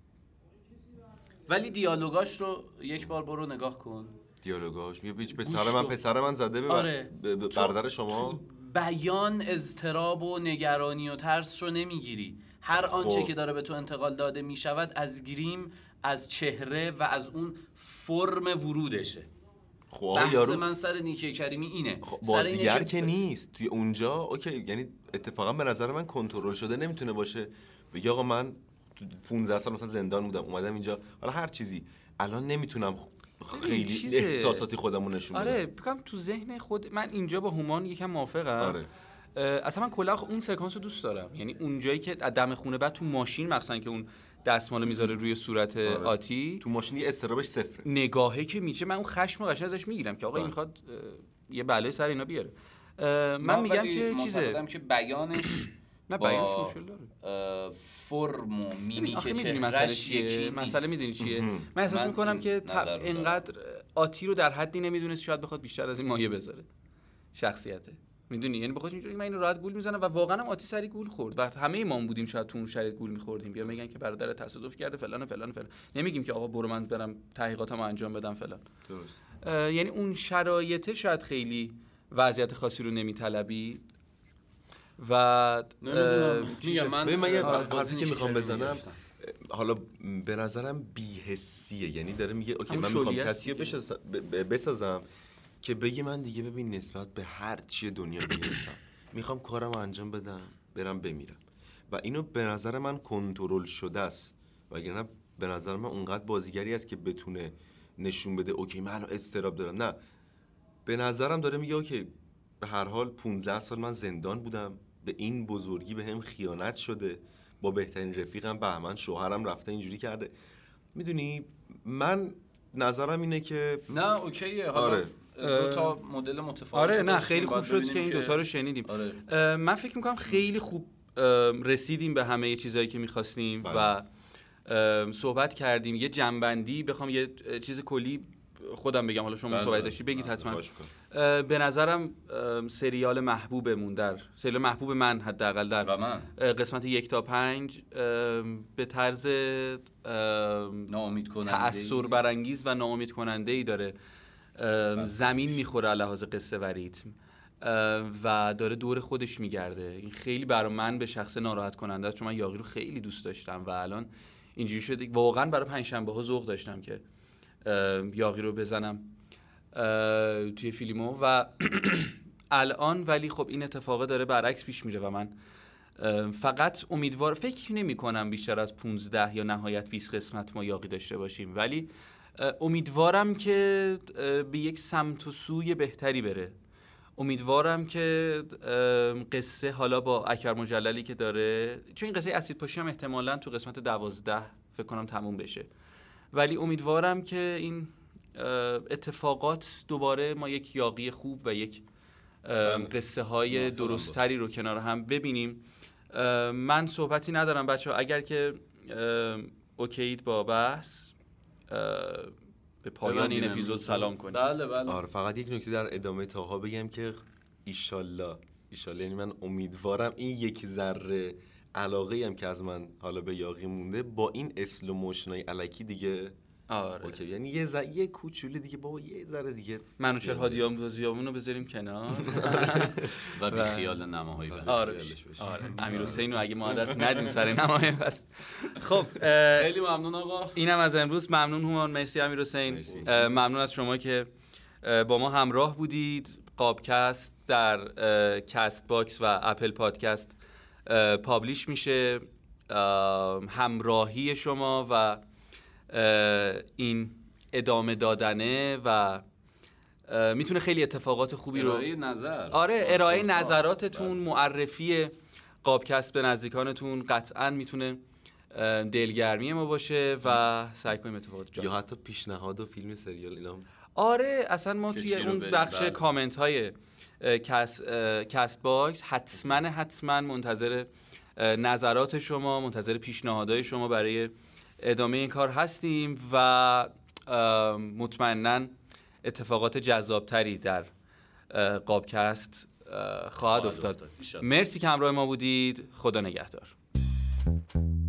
ولی دیالوگاش رو یک بار برو نگاه کن. دیالوگاش میگه پسر من زده به آره. برادر شما. تو بیان اضطراب و نگرانی و ترس رو نمیگیری. هر آنچه که داره به تو انتقال داده میشود از گریم، از چهره و از اون فرم ورودشه. بحث من سر نیکی کریمی اینه. بازیگر که نیست توی اونجا اوکی، یعنی اتفاقا به نظر من کنترل شده نمیتونه باشه بگی آقا من 15 سال مثلا زندان بودم اومدم اینجا، حالا هر چیزی الان نمیتونم خیلی احساساتی خودمو نشون بدم. آره بگم تو ذهن خود من اینجا با هومان یکم موافقم. آره. اصلا من کلا اون سکانس رو دوست دارم، یعنی اون جایی که دم خونه بعد تو ماشین مثلا که اون دستمالو میذاره روی صورت آتی تو ماشین یه استرابش صفره، نگاهی که میشه من اون خشم رو قشنگ ازش میگیرم که آقا این میخواد یه بلای سر اینا بیاره. من میگم که چیزه که بیانش نه بیانش مشکل داره، فرم و میمیک چهرهش یکی مسئله میدونی چیه؟ من احساس میکنم که اینقدر آتی رو در حدی نمیدونست شاید بخواد بیشتر از این مایه بذاره شخصیته، میدونی، یعنی بخواد اینجوری من اینو راحت گول میزنم و واقعا هم آتی سری گول خورد و همه ما بودیم شاید تو اون شرایط گول میخوردیم، بیا میگن که برادر تصادف کرده فلان فلان فلان، نمیگیم که آقا برو من برم تحقیقاتمو انجام بدم فلان. درست. یعنی اون شرایط شاید خیلی وضعیت خاصی رو نمیطلبی و میگم من یه حرفی که میخوام بزنم حالا به نظرم بی‌حسیه، یعنی داره میگه اوکی من میخوام کسی رو بسازم که بگی من دیگه ببین نسبت به هر چی دنیا بی‌حسم، میخوام کارمو انجام بدم برم بمیرم و اینو به نظر من کنترل شده است، وگرنه به نظر من اونقدر بازیگری است که بتونه نشون بده اوکی من الان اضطراب دارم. نه، به نظرم داره میگه اوکی به هر حال 15 سال من زندان بودم، به این بزرگی به هم خیانت شده، با بهترین رفیقم بهمن شوهرم رفته اینجوری کرده، میدونی من نظرم اینه که نه اوکیه. حالا دو تا مدل متفاوت. آره نه خیلی خوب شد که این دوتا رو شنیدیم. من فکر میکنم خیلی خوب رسیدیم به همه چیزایی که میخواستیم و صحبت کردیم. یه جنبندی بخوام یه چیز کلی خودم بگم، حالا شما صحبت داشتی بگید حتما. به نظرم سریال محبوبمون سریال محبوب من حداقل در قسمت 1 تا 5 به طرز ناامید کننده تأثیر برانگیز و ناامید کننده ای داره زمین میخوره از لحاظ قصه و ریتم و داره دور خودش میگرده. این خیلی برای من به شخص ناراحت کننده است، چون من یاغی رو خیلی دوست داشتم و الان اینجوری شده واقعا برای پنجشنبه ها ذوق داشتم که یاغی رو بزنم توی فیلمو و الان ولی خب این اتفاق داره برعکس پیش میره و من فقط فکر نمی کنم بیشتر از 15 یا نهایت 20 قسمت ما یاغی داشته باشیم، ولی امیدوارم که به یک سمت و سوی بهتری بره. امیدوارم که قصه حالا با اکبر مجللی که داره، چون این قصه اسیدپاشی هم احتمالاً تو قسمت 12 فکر کنم تموم بشه، ولی امیدوارم که این اتفاقات دوباره ما یک یاغی خوب و یک قصه های درستری رو کنار هم ببینیم. من صحبتی ندارم بچه‌ها، اگر که اوکیید با بحث به پایان این اپیزود سلام کنیم. بله. آره فقط یک نکته در ادامه تاها بگم که ایشالله یعنی من امیدوارم این یک ذره علاقه‌ای هم که از من حالا به یاغی مونده با این اسلو موشنای الکی دیگه آره اوکی، یعنی یه کوچولی دیگه بابا یه ذره دیگه منوچهر هادی‌آموزیامون رو بذاریم کنار و بی خیال نماهای بس. آره امیرحسین رو اگه ما دست ندیم سر نمای بس. خب خیلی ممنون آقا، اینم از امروز. ممنون هومان، مرسی امیرحسین، ممنون از شما که با ما همراه بودید. قابکست در کست باکس و اپل پادکست پابلیش میشه. همراهی شما و این ادامه دادنه و میتونه خیلی اتفاقات خوبی رو ارائه نظراتتون، معرفی قابکست به نزدیکانتون قطعا میتونه دلگرمی ما باشه و سعی کنیم اتفاقات جالب یا حتی پیشنهاد و فیلم سریال اینا. آره اصلا ما توی اون بخش کامنت های کست باکس حتما منتظر نظرات شما، منتظر پیشنهادهای شما برای ادامه این کار هستیم و مطمئناً اتفاقات جذابتری در قابکست خواهد افتاد. مرسی که همراه ما بودید. خدا نگهدار.